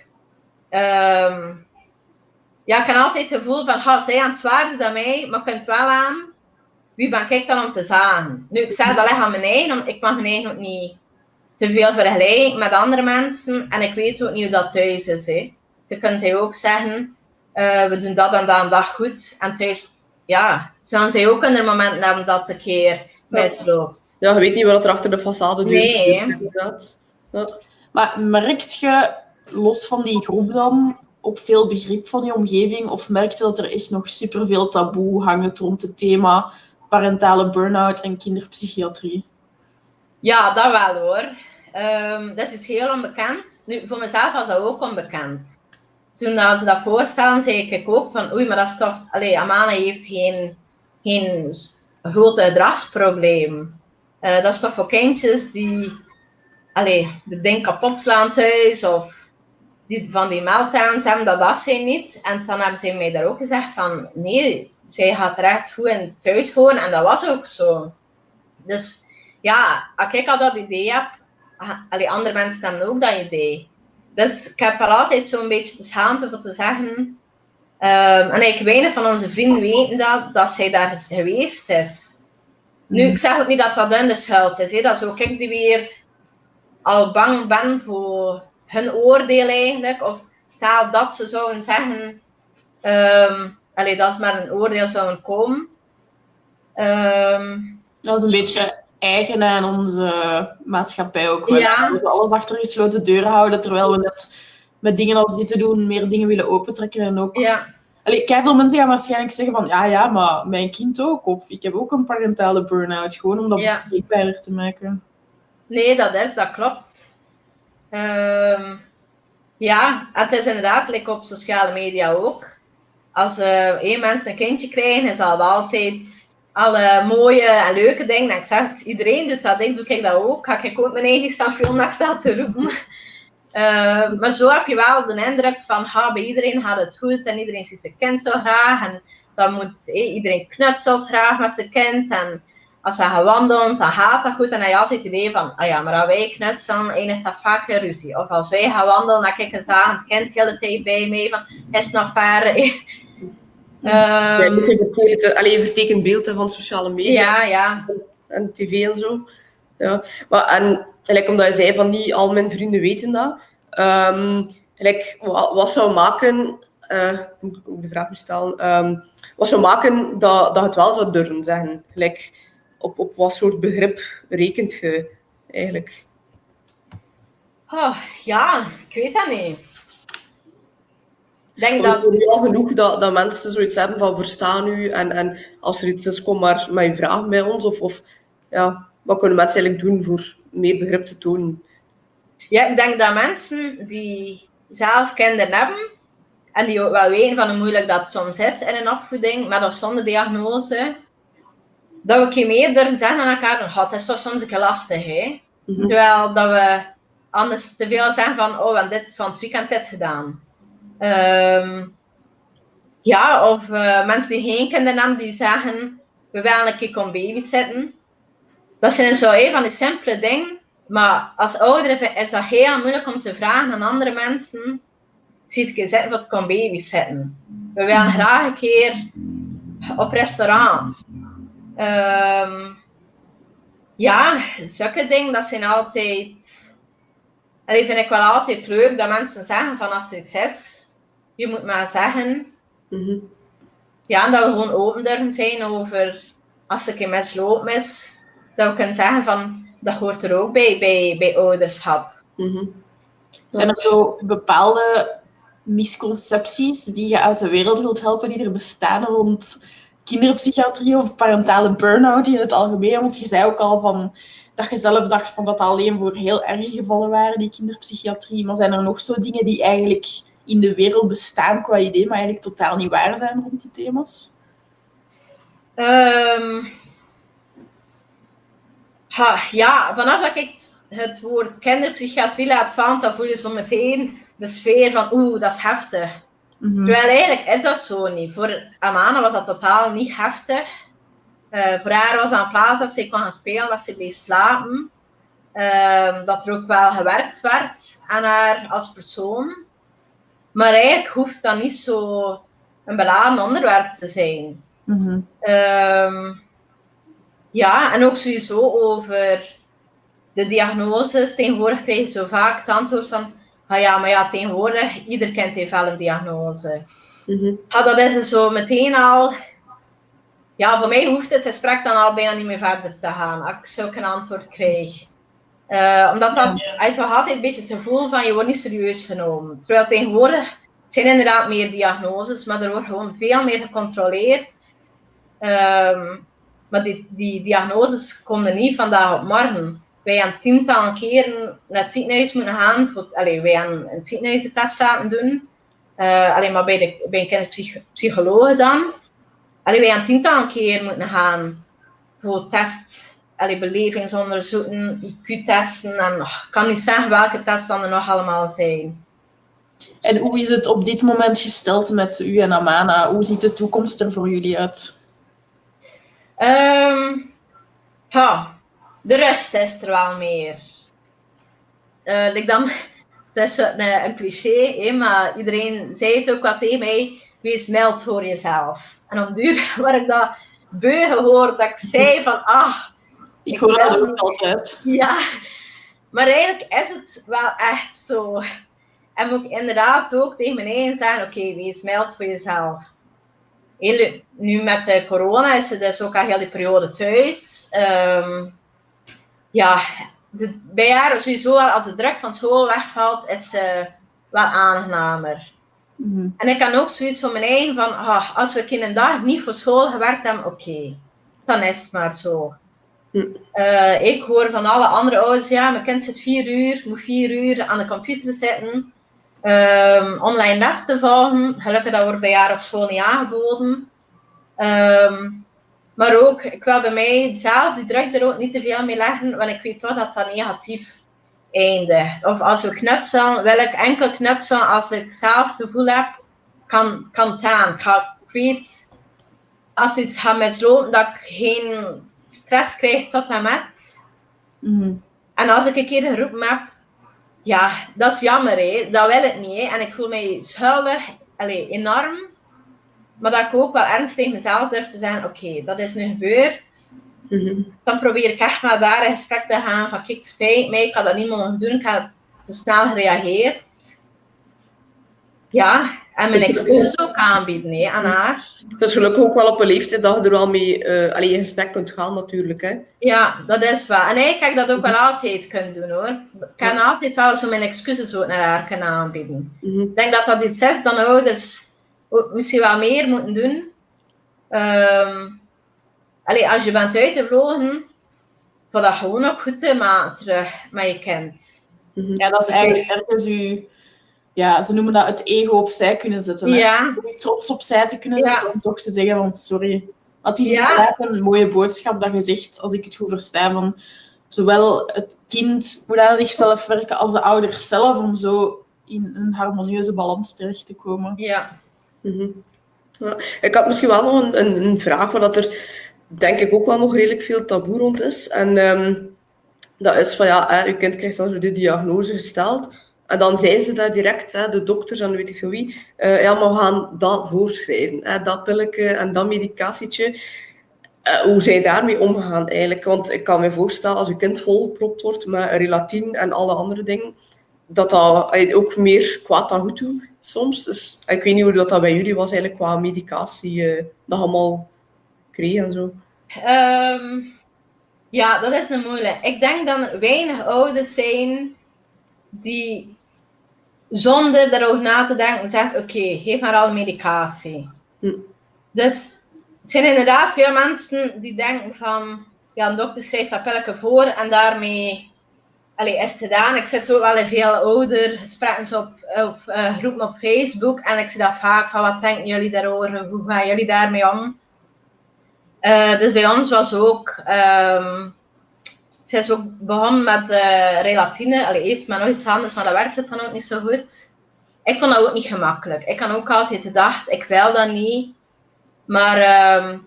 Um, Ja, ik heb altijd het gevoel van, ha, zij aan het zwaarder dan mij, maar ik kan het wel aan. Wie ben ik dan om te zagen? Nu, ik zeg dat ligt aan mijn eigen, want ik mag mijn eigen ook niet te veel vergelijken met andere mensen. En ik weet ook niet hoe dat thuis is. Hè. Ze kunnen zij ook zeggen, uh, we doen dat en dat en dat goed. En thuis, ja, zullen zij ook in de momenten hebben dat het een keer misloopt. Ja, je weet niet wat er achter de façade doet. Nee. Inderdaad. Ja. Maar merkt je, los van die groep dan, op veel begrip van je omgeving? Of merk je dat er echt nog superveel taboe hangt rond het thema parentale burn-out en kinderpsychiatrie? Ja, dat wel hoor. Um, dat is iets heel onbekend. Nu, voor mezelf was dat ook onbekend. Toen ze dat voorstellen, zei ik ook van, oei, maar dat is toch... Allee, Amane heeft geen, geen grote gedragsprobleem. Uh, dat is toch voor kindjes die... Allee, de ding kapot slaan thuis, of... die van die meltdowns hebben, dat dat zij niet. En dan hebben ze mij daar ook gezegd van, nee, zij gaat er echt goed in thuis horen. En dat was ook zo. Dus ja, als ik al dat idee heb, allee, andere mensen hebben ook dat idee. Dus ik heb wel altijd zo'n beetje de schaamte voor te zeggen. Um, en eigenlijk weinig van onze vrienden weten dat, dat zij daar geweest is. Nu, ik zeg ook niet dat dat hun de schuld is. Hè. Dat is ook ik die weer al bang ben voor... hun oordeel eigenlijk, of stel dat ze zouden zeggen, um, allee, dat ze met een oordeel zouden komen. Um, dat is een beetje eigen aan onze maatschappij ook wel. Ja. Dat we alles achter gesloten deuren houden, terwijl we net met dingen als dit te doen meer dingen willen opentrekken. En ook... Ja. Allee, veel mensen gaan waarschijnlijk zeggen van, ja, ja, maar mijn kind ook, of ik heb ook een parentale burn-out, gewoon om dat Ja. bespreekbaarder te maken. Nee, dat is, dat klopt. Um, ja, het is inderdaad, like op sociale media ook. Als uh, één mensen een kindje krijgen, is dat altijd alle mooie en leuke dingen. En ik zeg, iedereen doet dat, ik doe ik dat ook. Ga ik ook mijn eigen staan filmen staan te roepen. Uh, maar zo heb je wel de indruk van, ha, bij iedereen gaat het goed en iedereen ziet zijn kind zo graag. En dan moet hey, iedereen knutselt graag met zijn kind. En als ze gaan wandelen, dan gaat dat goed. En dan heb je altijd het idee van, ah ja, maar als wij knutselen, eindigt dat vaak in ruzie. Of als wij gaan wandelen, dan kijk ik eens aan, het kind de hele tijd bij mij van, is het nog ver? um, ja, je alleen vertekend beeld hè, van sociale media ja, ja. en tv en zo. Ja. Maar, en like, omdat je zei van niet al mijn vrienden weten dat. Um, like, wat, wat zou maken, uh, moet ik ook de vraag bestellen, um, wat zou maken dat, dat het wel zou durven zeggen? Like, op, op wat soort begrip rekent je eigenlijk? Oh, ja, ik weet dat niet. Ik denk dat... dat... Het is wel genoeg dat, dat mensen zoiets hebben van verstaan u en, en als er iets is, kom maar met je vraag bij ons. Of, of ja, wat kunnen mensen eigenlijk doen voor meer begrip te tonen? Ja, ik denk dat mensen die zelf kinderen hebben en die ook wel weten van hoe moeilijk dat soms is in een opvoeding, met of zonder diagnose, dat we een keer meer durven zeggen aan elkaar van, oh, het is toch soms een keer lastig, hè? Mm-hmm. Terwijl dat we anders te veel zeggen van, oh, we hebben dit van het weekend dit gedaan. Um, ja, of uh, mensen die geen kinderen hebben, die zeggen, we willen een keer komen babysitten. Dat zijn zo een van die simpele dingen. Maar als ouder is dat heel moeilijk om te vragen aan andere mensen. Zie ik zitten wat kan babysitten. We willen graag een keer op restaurant. Um, ja, zulke dingen, dat zijn altijd... En die vind ik wel altijd leuk, dat mensen zeggen van als er iets is, je moet maar zeggen. Mm-hmm. Ja, en dat we gewoon open durven zijn over als er een keer mislopen is. dat we kunnen zeggen van, dat hoort er ook bij, bij, bij ouderschap. Mm-hmm. Zijn er zo bepaalde misconcepties die je uit de wereld wilt helpen, die er bestaan rond kinderpsychiatrie of parentale burn-out in het algemeen? Want je zei ook al van, dat je zelf dacht van dat alleen voor heel erge gevallen waren, die kinderpsychiatrie. Maar zijn er nog zo dingen die eigenlijk in de wereld bestaan qua idee, maar eigenlijk totaal niet waar zijn rond die thema's? Um, ha, ja, vanaf dat ik het woord kinderpsychiatrie laat vallen, dan voel je zo meteen de sfeer van oeh, dat is heftig. Mm-hmm. Terwijl eigenlijk is dat zo niet. Voor Amana was dat totaal niet heftig. Uh, voor haar was dat een plaats dat ze kon gaan spelen, dat ze bleef slapen. Uh, dat er ook wel gewerkt werd aan haar als persoon. Maar eigenlijk hoeft dat niet zo een beladen onderwerp te zijn. Mm-hmm. Uh, ja, en ook sowieso over de diagnoses. Tegenwoordig krijg je zo vaak het antwoord van ah ja, maar ja, tegenwoordig, ieder kind heeft wel een diagnose. Mm-hmm. Ja, dat is dus zo meteen al... Ja, voor mij hoeft het gesprek dan al bijna niet meer verder te gaan, als ik zulke een antwoord krijg. Uh, omdat dat, ja. je toch altijd een beetje het gevoel van, je wordt niet serieus genomen. Terwijl tegenwoordig zijn inderdaad meer diagnoses, maar er wordt gewoon veel meer gecontroleerd. Um, maar die, die diagnoses komen niet vandaag op morgen. Wij hebben tientallen keren naar het ziekenhuis moeten gaan. Voor, allee, wij hebben een ziekenhuis de test laten doen. Uh, alleen maar bij, de, bij een kinderpsycholoog dan. Allee, wij hebben tientallen keren moeten gaan voor tests, allee, belevingsonderzoeken, I Q-testen. En oh, ik kan niet zeggen welke tests dan er nog allemaal zijn. En hoe is het op dit moment gesteld met u en Amana? Hoe ziet de toekomst er voor jullie uit? Um, ja... De rust is er wel meer. Uh, like dan, het is een, een cliché, hè, maar iedereen zei het ook wat tegen mij. Wees mild voor jezelf. En om duur waar ik dat beu gehoord, dat ik zei van, ah... Ik, ik hoor dat ook altijd. Ja, maar eigenlijk is het wel echt zo. En moet ik inderdaad ook tegen mijn eigen zeggen, oké, okay, wees mild voor jezelf. Heel, nu met de corona is het dus ook al heel die periode thuis. Um, Ja, de, bij haar sowieso als de druk van school wegvalt, is ze uh, wel aangenamer. Mm-hmm. En ik kan ook zoiets van mijn eigen van, oh, als we een dag niet voor school gewerkt hebben, oké, okay, dan is het maar zo. Mm. Uh, ik hoor van alle andere ouders, ja, mijn kind zit vier uur, moet vier uur aan de computer zitten, um, online les te volgen. Gelukkig dat wordt bij haar op school niet aangeboden. Um, Maar ook, ik wil bij mij zelf die druk er ook niet te veel mee leggen, want ik weet toch dat dat negatief eindigt. Of als we knutselen, wil ik enkel knutselen als ik zelf het gevoel heb, kan, kan het aan. Ik, ga, ik weet, als er iets gaat mislopen, dat ik geen stress krijg tot en met. Mm-hmm. En als ik een keer geroepen heb, ja, dat is jammer, hè. Dat wil ik niet. Hè. En ik voel mij schuldig, allez, enorm. Maar dat ik ook wel ernstig tegen mezelf durf te zeggen, oké, okay, dat is nu gebeurd. Mm-hmm. Dan probeer ik echt maar daar in gesprek te gaan van, kijk, het spijt mij, ik had dat niet mogen doen, ik had te snel gereageerd. Ja, en mijn excuses ook aanbieden hè, aan haar. Het is gelukkig ook wel op een leeftijd dat je er wel mee uh, allee, in gesprek kunt gaan natuurlijk. Hè. Ja, dat is wel. En eigenlijk heb ik dat ook wel altijd kunnen doen hoor. Ik kan ja. altijd wel zo mijn excuses ook naar haar kunnen aanbieden. Mm-hmm. Ik denk dat dat iets is dan ouders misschien wel meer moeten doen. Um, allee, als je bent uitgevlogen, voor dat gewoon ook goed te maken terug met je kind. Mm-hmm. Ja, dat is eigenlijk ergens u... Ja, ze noemen dat het ego opzij kunnen zetten. Hè? Ja. Om je trots opzij te kunnen zetten, ja. Om toch te zeggen van sorry. Het is ja. een mooie boodschap dat je zegt, als ik het goed versta, van zowel het kind moet aan zichzelf werken als de ouders zelf, om zo in een harmonieuze balans terecht te komen. Ja. Mm-hmm. Ja. Ik had misschien wel nog een, een, een vraag, waar dat er denk ik ook wel nog redelijk veel taboe rond is. En um, dat is van ja, hè, je kind krijgt dan zo de diagnose gesteld. En dan zijn ze dat direct, hè, de dokters en weet ik veel wie, uh, ja, maar we gaan dat voorschrijven. Hè, dat pilletje en dat medicatietje. Uh, hoe zijn daarmee omgegaan eigenlijk? Want ik kan me voorstellen, als je kind volgepropt wordt met Relatine en alle andere dingen, dat dat ook meer kwaad dan goed doet soms. Dus ik weet niet hoe dat, dat bij jullie was eigenlijk qua medicatie, uh, dat allemaal kreeg en zo. Um, Ja, dat is een moeilijk. Ik denk dat er weinig ouders zijn die zonder erover na te denken zegt, oké, okay, geef maar al medicatie. Hm. Dus het zijn inderdaad veel mensen die denken van, ja, een dokter schrijft dat pilletje voor en daarmee allee, is het gedaan. Ik zit ook wel in veel oudergesprekken op, op uh, groepen op Facebook en ik zie dat vaak van, wat denken jullie daarover, hoe gaan jullie daarmee om? Uh, dus bij ons was ook, um, ze is ook begonnen met uh, relatine, allee, eerst maar nog iets anders, maar dat werkte dan ook niet zo goed. Ik vond dat ook niet gemakkelijk. Ik had ook altijd gedacht, ik wil dat niet. Maar um,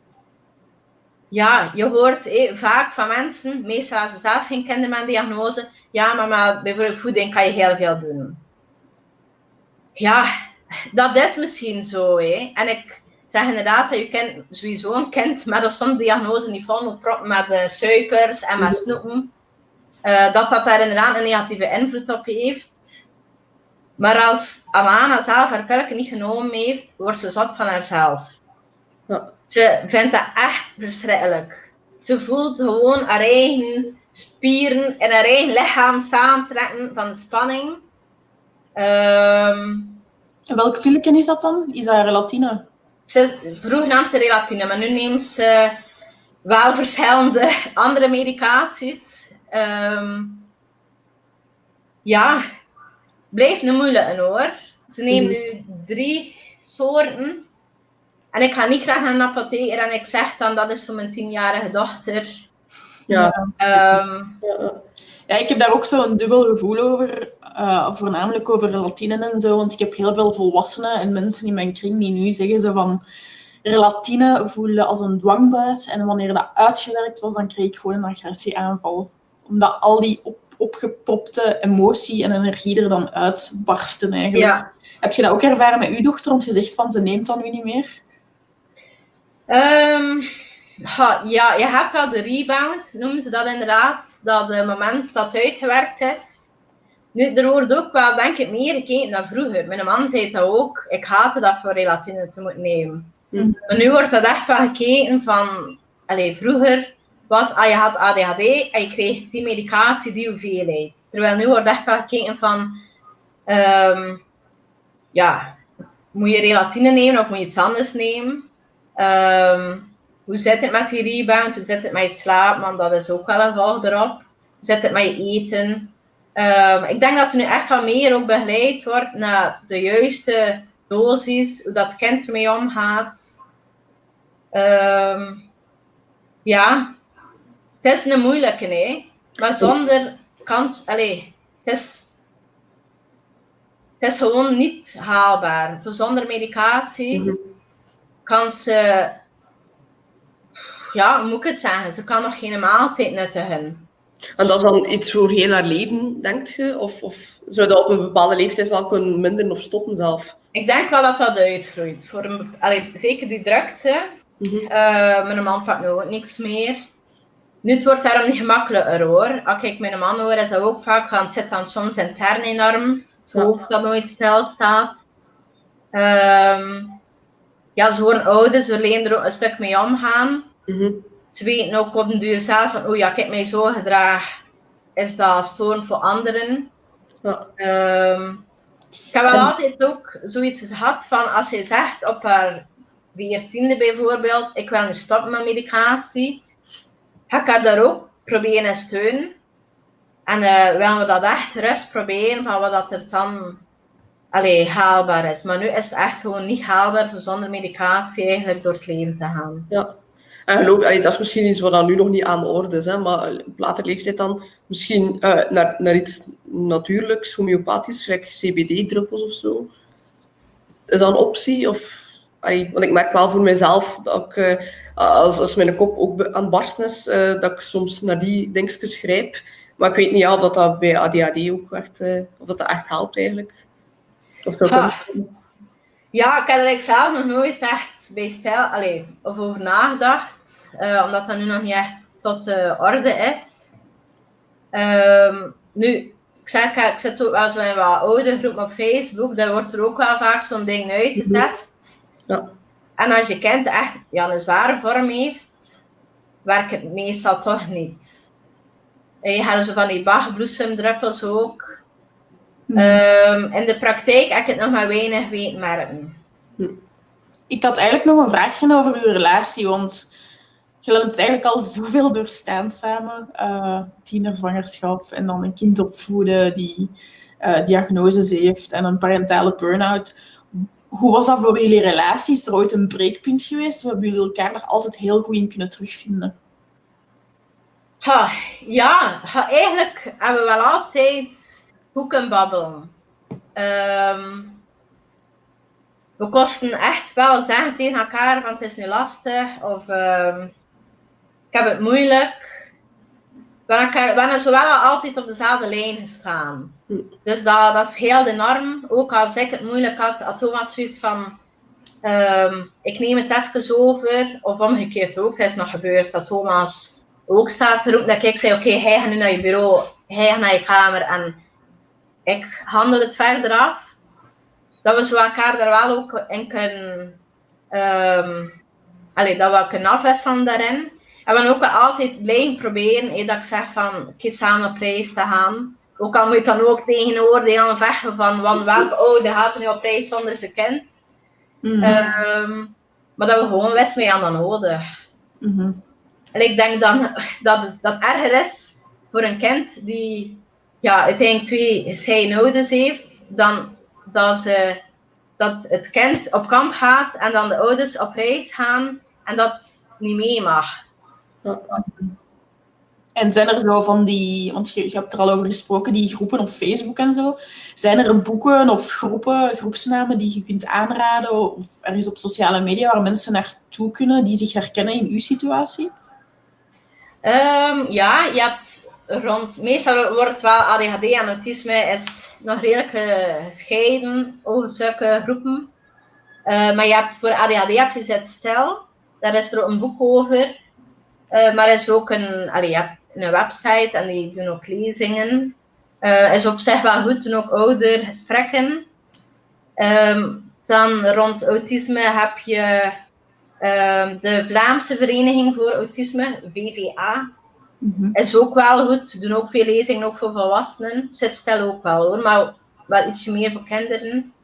ja, je hoort eh, vaak van mensen, meestal als ze zelf geen kinderen met een diagnose, ja, maar, maar bijvoorbeeld voeding kan je heel veel doen. Ja, dat is misschien zo. Hè. En ik zeg inderdaad dat je kind, sowieso een kind met een soms diagnose niet vol moet proppen met uh, suikers en met snoepen. Uh, dat dat daar inderdaad een negatieve invloed op heeft. Maar als Amana zelf haar pilletje niet genomen heeft, wordt ze zat van haarzelf. Ja. Ze vindt dat echt verschrikkelijk. Ze voelt gewoon haar eigen spieren in haar eigen lichaam samentrekken van de spanning. Um, Welk pilletje is dat dan? Is dat relatine? Ze, vroeger nam ze relatine, maar nu neemt ze wel verschillende andere medicaties. Um, ja, blijft een moeilijke hoor. Ze neemt mm. nu drie soorten. En ik ga niet graag naar een apotheker en ik zeg dan, dat is voor mijn tienjarige dochter. Ja. Um, ja, ik heb daar ook zo een dubbel gevoel over. Uh, voornamelijk over relatine en zo. Want ik heb heel veel volwassenen en mensen in mijn kring die nu zeggen zo van... Relatine voelde als een dwangbuis. En wanneer dat uitgewerkt was, dan kreeg ik gewoon een agressieaanval. Omdat al die op, opgepropte emotie en energie er dan uitbarsten eigenlijk. Ja. Heb je dat ook ervaren met uw dochter? Want je zegt van, ze neemt dan nu niet meer. Um, ha, ja, je hebt wel de rebound, noemen ze dat inderdaad. Dat het moment dat het uitgewerkt is. Nu, er wordt ook wel, denk ik, meer gekeken dan vroeger. Mijn man zei dat ook. Ik haatte dat voor relatine te moeten nemen. Mm-hmm. Maar nu wordt dat echt wel gekeken van... Allez, vroeger was, ah, je had A D H D en je kreeg die medicatie, die hoeveelheid. Terwijl nu wordt echt wel gekeken van... Um, ja, moet je relatine nemen of moet je iets anders nemen? Um, hoe zit het met die rebound? Hoe zit het met je slaap? Want dat is ook wel een volg erop. Hoe zit het met je eten? Um, ik denk dat er nu echt wat meer ook begeleid wordt naar de juiste dosis, hoe dat kind ermee omgaat. Um, ja, het is een moeilijke, hè. Maar zonder kans, allee, het is, het is gewoon niet haalbaar. Zonder medicatie mm-hmm. kan ze, ja, hoe moet ik het zeggen, ze kan nog geen maaltijd nuttigen. En dat is dan iets voor heel haar leven, denkt je? Of, of zou dat op een bepaalde leeftijd wel kunnen minderen of stoppen zelf? Ik denk wel dat dat uitgroeit. Voor een, allee, zeker die drukte. Mm-hmm. Uh, mijn man pakt nu ook niks meer. Nu, het wordt daarom niet gemakkelijker hoor. Als ik mijn man hoor, is dat ook vaak, want het zit dan soms intern enorm. Het hoofd dat nooit stil staat. Um, ja, ze worden ouder, ze leren er ook een stuk mee omgaan. Mm-hmm. Ze weten ook op den duur zelf van, oh ja, ik heb mij zo gedragen, is dat storend voor anderen. Ja. Um, ik heb wel en... altijd ook zoiets gehad van, als je zegt op haar veertiende bijvoorbeeld, ik wil nu stoppen met medicatie, ga ik haar daar ook proberen en steunen. En uh, willen we dat echt rust proberen, van wat dat er dan allee, haalbaar is. Maar nu is het echt gewoon niet haalbaar voor zonder medicatie eigenlijk door het leven te gaan. Ja. En geloof, allee, dat is misschien iets wat dan nu nog niet aan de orde is, hè, maar op later leeftijd dan misschien uh, naar, naar iets natuurlijks, homeopathisch, gelijk C B D-druppels of zo. Is dat een optie? Of, allee, want ik merk wel voor mezelf dat ik, uh, als, als mijn kop ook aan het barsten is, uh, dat ik soms naar die dingetjes grijp. Maar ik weet niet ja, of dat, dat bij A D H D ook echt, uh, of dat, dat echt helpt eigenlijk. Of dat ah. Ja, ik heb er zelf nog nooit echt bij stil, allez, of over nagedacht, uh, omdat dat nu nog niet echt tot de orde is. Um, nu, ik zeg, ik zit ook wel zo in wat oude groepen op Facebook, daar wordt er ook wel vaak zo'n ding uitgetest. Ja. En als je kind echt ja, een zware vorm heeft, werkt het meestal toch niet. En je hebt zo van die Bach-bloesemdruppels ook. Mm. Um, in de praktijk heb ik het nog maar weinig weten merken. Ik had eigenlijk nog een vraagje over uw relatie, want je hebt eigenlijk al zoveel doorstaan samen. Uh, tienerzwangerschap en dan een kind opvoeden die uh, diagnoses heeft en een parentale burn-out. Hoe was dat voor jullie relatie? Is er ooit een breekpunt geweest? Of hebben jullie elkaar er altijd heel goed in kunnen terugvinden? Ha, ja, ha, eigenlijk hebben we wel altijd goed kunnen babbelen. Um, we kosten echt wel zeggen tegen elkaar van het is nu lastig of um, ik heb het moeilijk. We hebben zowel altijd op dezelfde lijn gestaan. Hm. Dus dat, dat is heel enorm. Ook als ik het moeilijk had, had Thomas zoiets van um, ik neem het even over. Of omgekeerd ook, het is nog gebeurd dat Thomas ook staat te roepen. Dat ik zei, oké, okay, hij gaat nu naar je bureau, hij gaat naar je kamer en ik handel het verder af. Dat we zo elkaar daar wel ook in kunnen, um, allee, dat we kunnen afwisselen daarin. En we hebben ook wel altijd blijven proberen, eh, dat ik zeg van, kies samen op reis te gaan. Ook al moet je dan ook tegenoordelen vechten van, van welke ouder gaat er nu op reis zonder zijn kind. Mm-hmm. Um, maar dat we gewoon wisten, we aan dat nodig. Mm-hmm. En ik denk dan dat het dat erger is voor een kind die ja, uiteindelijk twee gescheiden ouders heeft, dan dat, ze, dat het kind op kamp gaat en dan de ouders op reis gaan en dat niet mee mag. Ja. En zijn er zo van die, want je, je hebt er al over gesproken, die groepen op Facebook en zo. Zijn er boeken of groepen, groepsnamen die je kunt aanraden of ergens op sociale media waar mensen naartoe kunnen die zich herkennen in uw situatie? Um, ja, je hebt rond, meestal wordt wel A D H D en autisme is nog redelijk gescheiden over zulke groepen. Uh, maar je hebt voor A D H D heb je Zet Stil, daar is er ook een boek over. Uh, maar er is ook een, allee, je hebt een website en die doen ook lezingen. Uh, is op zich wel goed, doen ook oudergesprekken. Um, dan rond autisme heb je um, de Vlaamse Vereniging voor Autisme, V V A. Mm-hmm. Is ook wel goed, doen ook veel lezingen, ook voor volwassenen. Zit stil ook wel hoor, maar wel ietsje meer voor kinderen.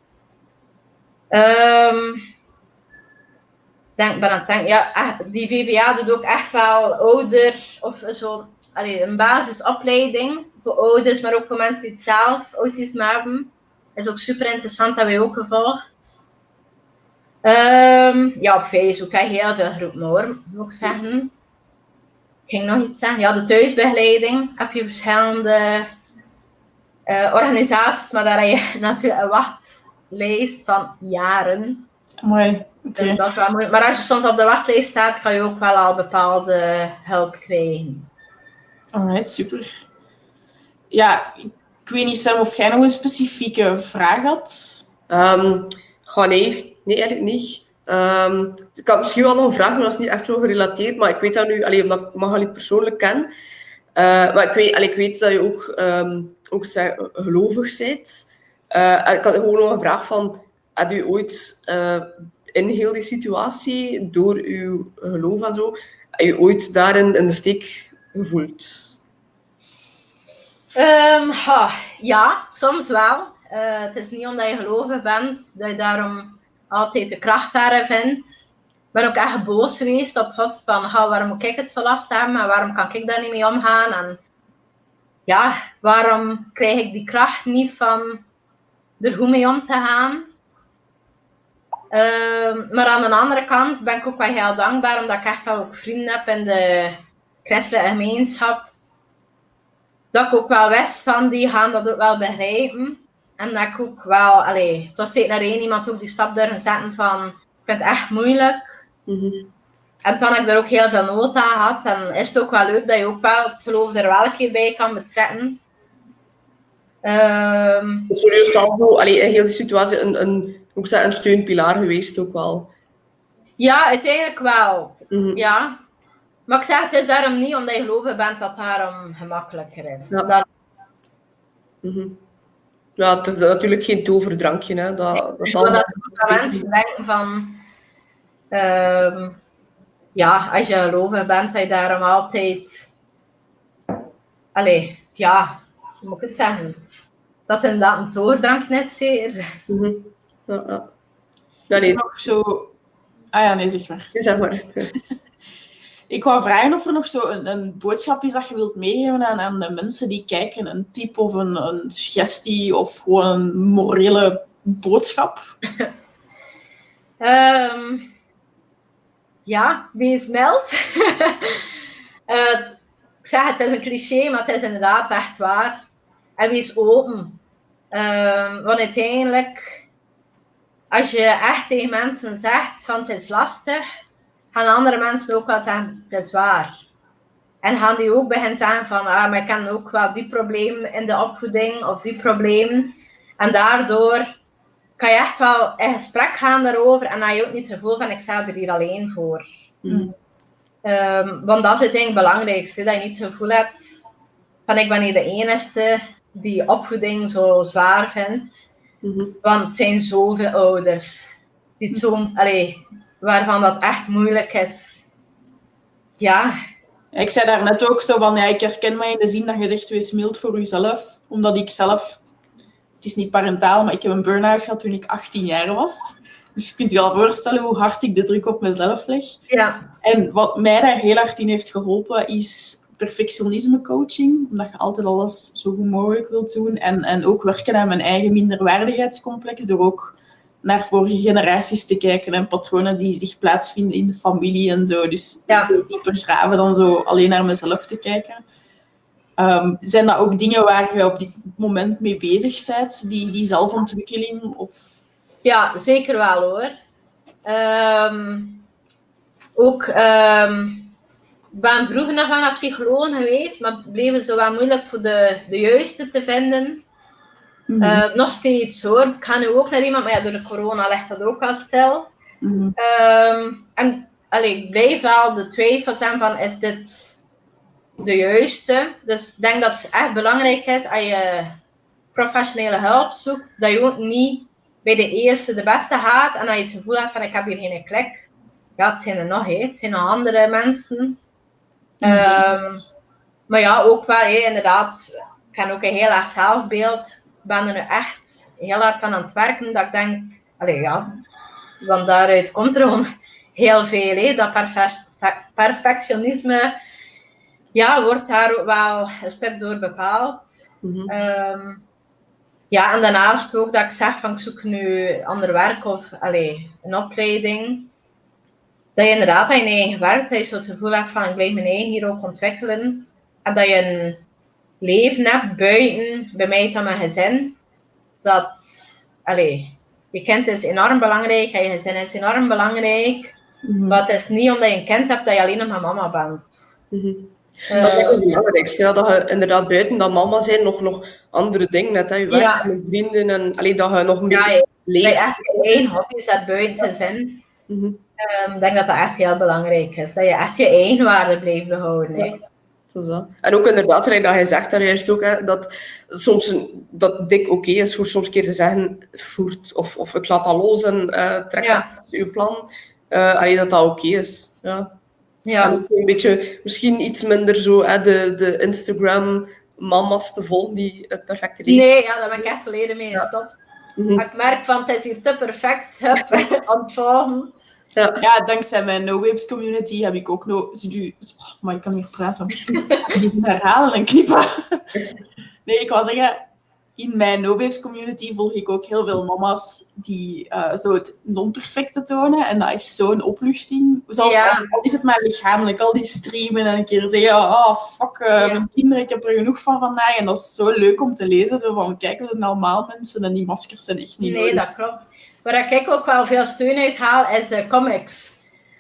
Um, denk, ben aan het denken, ja, die V V A doet ook echt wel ouder, of zo, allee, een basisopleiding voor ouders, maar ook voor mensen die het zelf autisme hebben. Is ook super interessant, dat hebben we ook gevolgd. Um, ja, op Facebook heb je heel veel groepen hoor, moet ik zeggen. Ik ging nog iets zeggen. Ja, de thuisbegeleiding heb je verschillende uh, organisaties, maar daar heb je natuurlijk een wachtlijst van jaren. Mooi. Okay. Dus dat is wel moeilijk. Maar als je soms op de wachtlijst staat, kan je ook wel al bepaalde hulp krijgen. Alright, super. Ja, ik weet niet, Sam, of jij nog een specifieke vraag had? Um, oh nee, nee, eigenlijk niet. Um, ik had misschien wel nog een vraag, maar dat is niet echt zo gerelateerd. Maar ik weet dat nu, allee, omdat ik Magali persoonlijk ken. Uh, maar ik weet, allee, ik weet dat je ook, um, ook zeg, gelovig bent. Uh, ik had gewoon nog een vraag van, had u ooit uh, in heel die situatie, door uw geloof en zo, heb je ooit daarin een steek gevoeld? Um, ha, ja, soms wel. Uh, het is niet omdat je gelovig bent, dat je daarom altijd de kracht daarin vindt. Ik ben ook echt boos geweest op God, van ha, waarom moet ik het zo last hebben en waarom kan ik daar niet mee omgaan? En ja, waarom krijg ik die kracht niet van er goed mee om te gaan? Uh, maar aan de andere kant ben ik ook wel heel dankbaar, omdat ik echt wel ook vrienden heb in de christelijke gemeenschap. Dat ik ook wel wist van, die gaan dat ook wel begrijpen. En dat ik ook wel, allee, het was steeds naar één iemand ook die stap durven zetten van, ik vind het echt moeilijk. Mm-hmm. En dan heb ik er ook heel veel nood aan gehad. En is het ook wel leuk dat je ook wel het geloof er wel een keer bij kan betrekken. Um, dus voor je is al in heel die situatie een, een, ook zeggen, een steunpilaar geweest ook wel? Ja, uiteindelijk wel. Mm-hmm. Ja. Maar ik zeg, het is daarom niet omdat je gelovig bent dat het daarom gemakkelijker is. Ja. Dat... Mm-hmm. Ja, het is natuurlijk geen toverdrankje. Hè. Dat, dat, dat, dat is ook dat mensen denken van... Um, ja, als je gelovig bent, dat je daarom altijd... Allee, ja, hoe moet ik het zeggen? Dat het inderdaad een doordrang is, zeker. Mm-hmm. Ja, ja. Ja, Is nee. er nog zo... Ah ja, nee, zeg maar. Zeg maar. Ik wou vragen of er nog zo een, een boodschap is dat je wilt meegeven aan, aan de mensen die kijken. Een tip of een, een suggestie of gewoon een morele boodschap. um, ja, wees mild. uh, ik zeg, het is een cliché, maar het is inderdaad echt waar. En wees open. Um, want uiteindelijk, als je echt tegen mensen zegt van het is lastig, gaan andere mensen ook wel zeggen het is waar. En gaan die ook beginnen zeggen van ah, maar ik ken ook wel die problemen in de opvoeding of die problemen. En daardoor kan je echt wel in gesprek gaan daarover en dan je ook niet het gevoel van ik sta er hier alleen voor. Mm. Um, want dat is uiteindelijk het belangrijkste, dat je niet het gevoel hebt van ik ben hier de enige die opvoeding zo zwaar vindt. Mm-hmm. Want het zijn zoveel ouders die het zo, allee, waarvan dat echt moeilijk is. Ja. Ik zei daar net ook zo van, ja, ik herken mij in de zin dat je zegt, wees mild voor jezelf. Omdat ik zelf, het is niet parentaal, maar ik heb een burn-out gehad toen ik achttien jaar was. Dus je kunt je wel voorstellen hoe hard ik de druk op mezelf leg. Ja. En wat mij daar heel hard in heeft geholpen, is perfectionisme coaching. Omdat je altijd alles zo goed mogelijk wilt doen. En, en ook werken aan mijn eigen minderwaardigheidscomplex. Door ook naar vorige generaties te kijken en patronen die zich plaatsvinden in de familie en zo. Dus ja. veel dieper graven dan zo alleen naar mezelf te kijken. Um, zijn dat ook dingen waar je op dit moment mee bezig bent? Die, die zelfontwikkeling? Of... Ja, zeker wel hoor. Um, ook, um, ik ben vroeger nog wel naar psycholoog geweest, maar het bleef zo wel moeilijk voor de, de juiste te vinden. Mm-hmm. Uh, nog steeds hoor. Ik ga nu ook naar iemand, maar ja, door de corona ligt dat ook wel stil. Mm-hmm. Um, en allee, ik blijf wel de twijfels hebben van, is dit de juiste? Dus ik denk dat het echt belangrijk is, als je professionele hulp zoekt, dat je ook niet bij de eerste de beste gaat en dat je het gevoel hebt van, ik heb hier geen klik. Ja, het zijn er nog, he. Het zijn nog andere mensen. Mm-hmm. Um, maar ja, ook wel, he, inderdaad, ik heb ook een heel erg zelfbeeld. Ik ben er nu echt heel hard aan aan het werken, dat ik denk, allee, ja, want daaruit komt er gewoon heel veel, he. Dat perfe- perfectionisme, ja, wordt daar ook wel een stuk door bepaald. Mm-hmm. Um, ja, en daarnaast ook dat ik zeg van, ik zoek nu ander werk of, allee, een opleiding. Dat je inderdaad aan je eigen werk, dat je zo het gevoel hebt van, ik blijf mijn eigen hier ook ontwikkelen. En dat je een leven hebt buiten, bij mij dan mijn gezin. Dat, allee, je kind is enorm belangrijk en je gezin is enorm belangrijk. Mm-hmm. Maar het is niet omdat je een kind hebt dat je alleen nog maar mama bent. Mm-hmm. Uh, dat is het belangrijkste, ja, dat je inderdaad buiten dat mama zijn nog, nog andere dingen hebt. Hè. Je werkt ja. met vrienden en allee, dat je nog een beetje ja, leeft. Dat je echt je eigen hobby's hebt buiten het gezin. Mm-hmm. Um, ik denk dat dat echt heel belangrijk is. Dat je echt je eigenwaarde blijft behouden. Ja. Zo zo. En ook inderdaad, dat je zegt daar juist ook, hè, dat soms een, dat dik oké okay is voor soms een keer te zeggen, voert, of, of ik laat dat los en uh, trek ja. dat je plan. Uh, allee, dat dat oké okay is. Ja. Ja. En ook een beetje, misschien iets minder zo, hè, de, de Instagram-mama's te volgen die het perfecte leven. Nee, ja, daar ben ik echt volledig mee gestopt. Ja. Mm-hmm. Ik merk van, het is hier te perfect, hup, aan het volgen. Ja. ja, dankzij mijn No-Waves community heb ik ook nog... Oh, maar ik kan niet praten. Die zijn herhalen en knippen. Nee, ik wou zeggen... In mijn No-Waves community volg ik ook heel veel mama's die uh, zo het non-perfecte tonen. En dat is zo'n opluchting. Zelfs ja. al, al is het maar lichamelijk. Al die streamen en een keer zeggen... Oh, fuck, uh, ja. mijn kinderen, ik heb er genoeg van vandaag. En dat is zo leuk om te lezen. Zo van, kijk, we zijn allemaal mensen en die maskers zijn echt niet Nee, nodig. dat klopt. Waar ik ook wel veel steun uit haal, is uh, comics.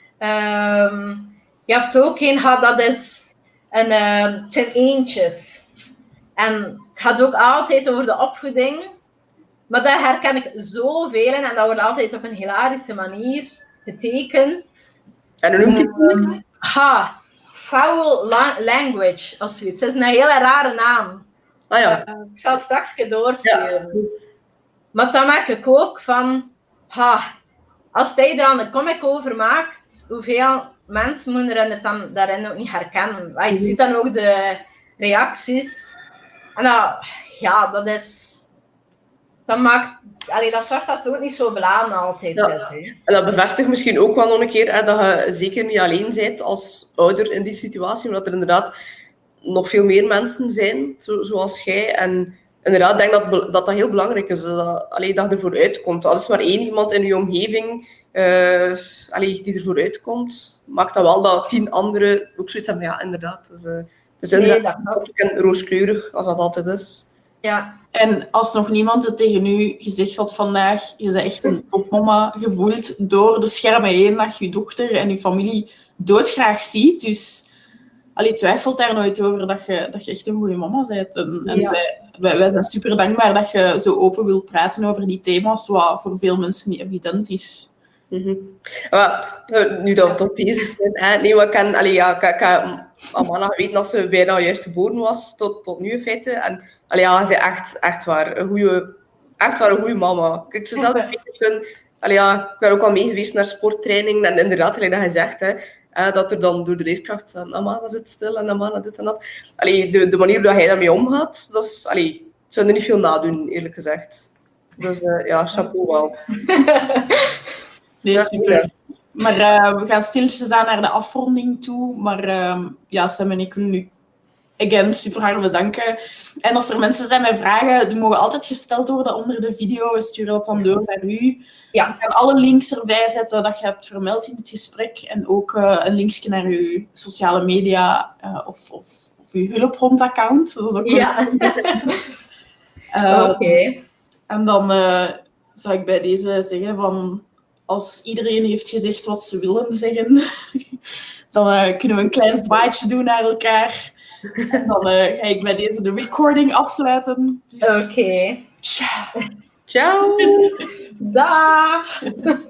Um, je hebt ook een gehad, dat is een, uh, het zijn eentjes. En het gaat ook altijd over de opvoeding. Maar daar herken ik zoveel in. En dat wordt altijd op een hilarische manier getekend. En hoe noemt hij het? Um, ha, foul la- language, of zoiets. Het is een hele rare naam. Ah ja. Uh, ik zal het straks doorsturen. Ja. Maar dan merk ik ook van... Ha, als hij er dan een comic over maakt, hoeveel mensen moeten er dan, daarin ook niet herkennen. Maar je ziet dan ook de reacties. En dat, ja, dat is... Dat maakt... Allee, dat zorgt dat het ook niet zo beladen altijd Ja. is. Hè. En dat bevestigt misschien ook wel nog een keer hè, dat je zeker niet alleen bent als ouder in die situatie, maar dat er inderdaad nog veel meer mensen zijn, zo, zoals jij. En inderdaad, ik denk dat be- dat, dat heel belangrijk is, dat, allee, dat je ervoor uitkomt. Al is maar één iemand in je omgeving uh, allee, die ervoor uitkomt, maakt dat wel dat tien anderen ook zoiets hebben. Ja, inderdaad. Dus, uh, dus inderdaad, Nee, dat en rooskleurig, als dat altijd is. Ja. En als nog niemand het tegen u gezegd had vandaag, je bent echt een topmama gevoeld door de schermen heen dat je dochter en je familie doodgraag ziet. Dus allee, twijfelt daar nooit over dat je, dat je echt een goede mama bent. En, en Ja. wij, wij, wij zijn super dankbaar dat je zo open wilt praten over die thema's, wat voor veel mensen niet evident is. Mm-hmm. Maar, nu dat we toch bezig zijn, hè? Nee, maar ik kan, allee, ja, ik, ik heb Amanda geweten dat ze bijna juist geboren was, tot, tot nu in feite. En allee, ja, ze is echt, echt waar een goede, echt waar een goede mama. Ik zou zelf een beetje kunnen, allee, ja, ik ben ook al mee geweest naar sporttraining en inderdaad, gelijk dat je zegt, hè, hè, dat er dan door de leerkracht aan Amanda zit stil en Amanda dit en dat. Allee, de, de manier waarop hij daarmee omgaat, dat is, allee, ik zou er niet veel nadoen, eerlijk gezegd. Dus uh, ja, chapeau wel. Nee, super. Maar uh, we gaan stilletjes aan naar de afronding toe. Maar uh, ja, Sam en ik willen u again super hard bedanken. En als er mensen zijn met vragen, die mogen altijd gesteld worden onder de video. We sturen dat dan door naar u. Ja. We gaan alle links erbij zetten dat je hebt vermeld in het gesprek. En ook uh, een linkje naar uw sociale media uh, of, of, of uw hulphond-account. Dat is ook ja. uh, Oké. Okay. En dan uh, zou ik bij deze zeggen van... Als iedereen heeft gezegd wat ze willen zeggen, dan uh, kunnen we een klein zwaaitje doen naar elkaar. En dan uh, ga ik bij deze de recording afsluiten. Dus... Oké. Okay. Ciao. Ciao. Dag.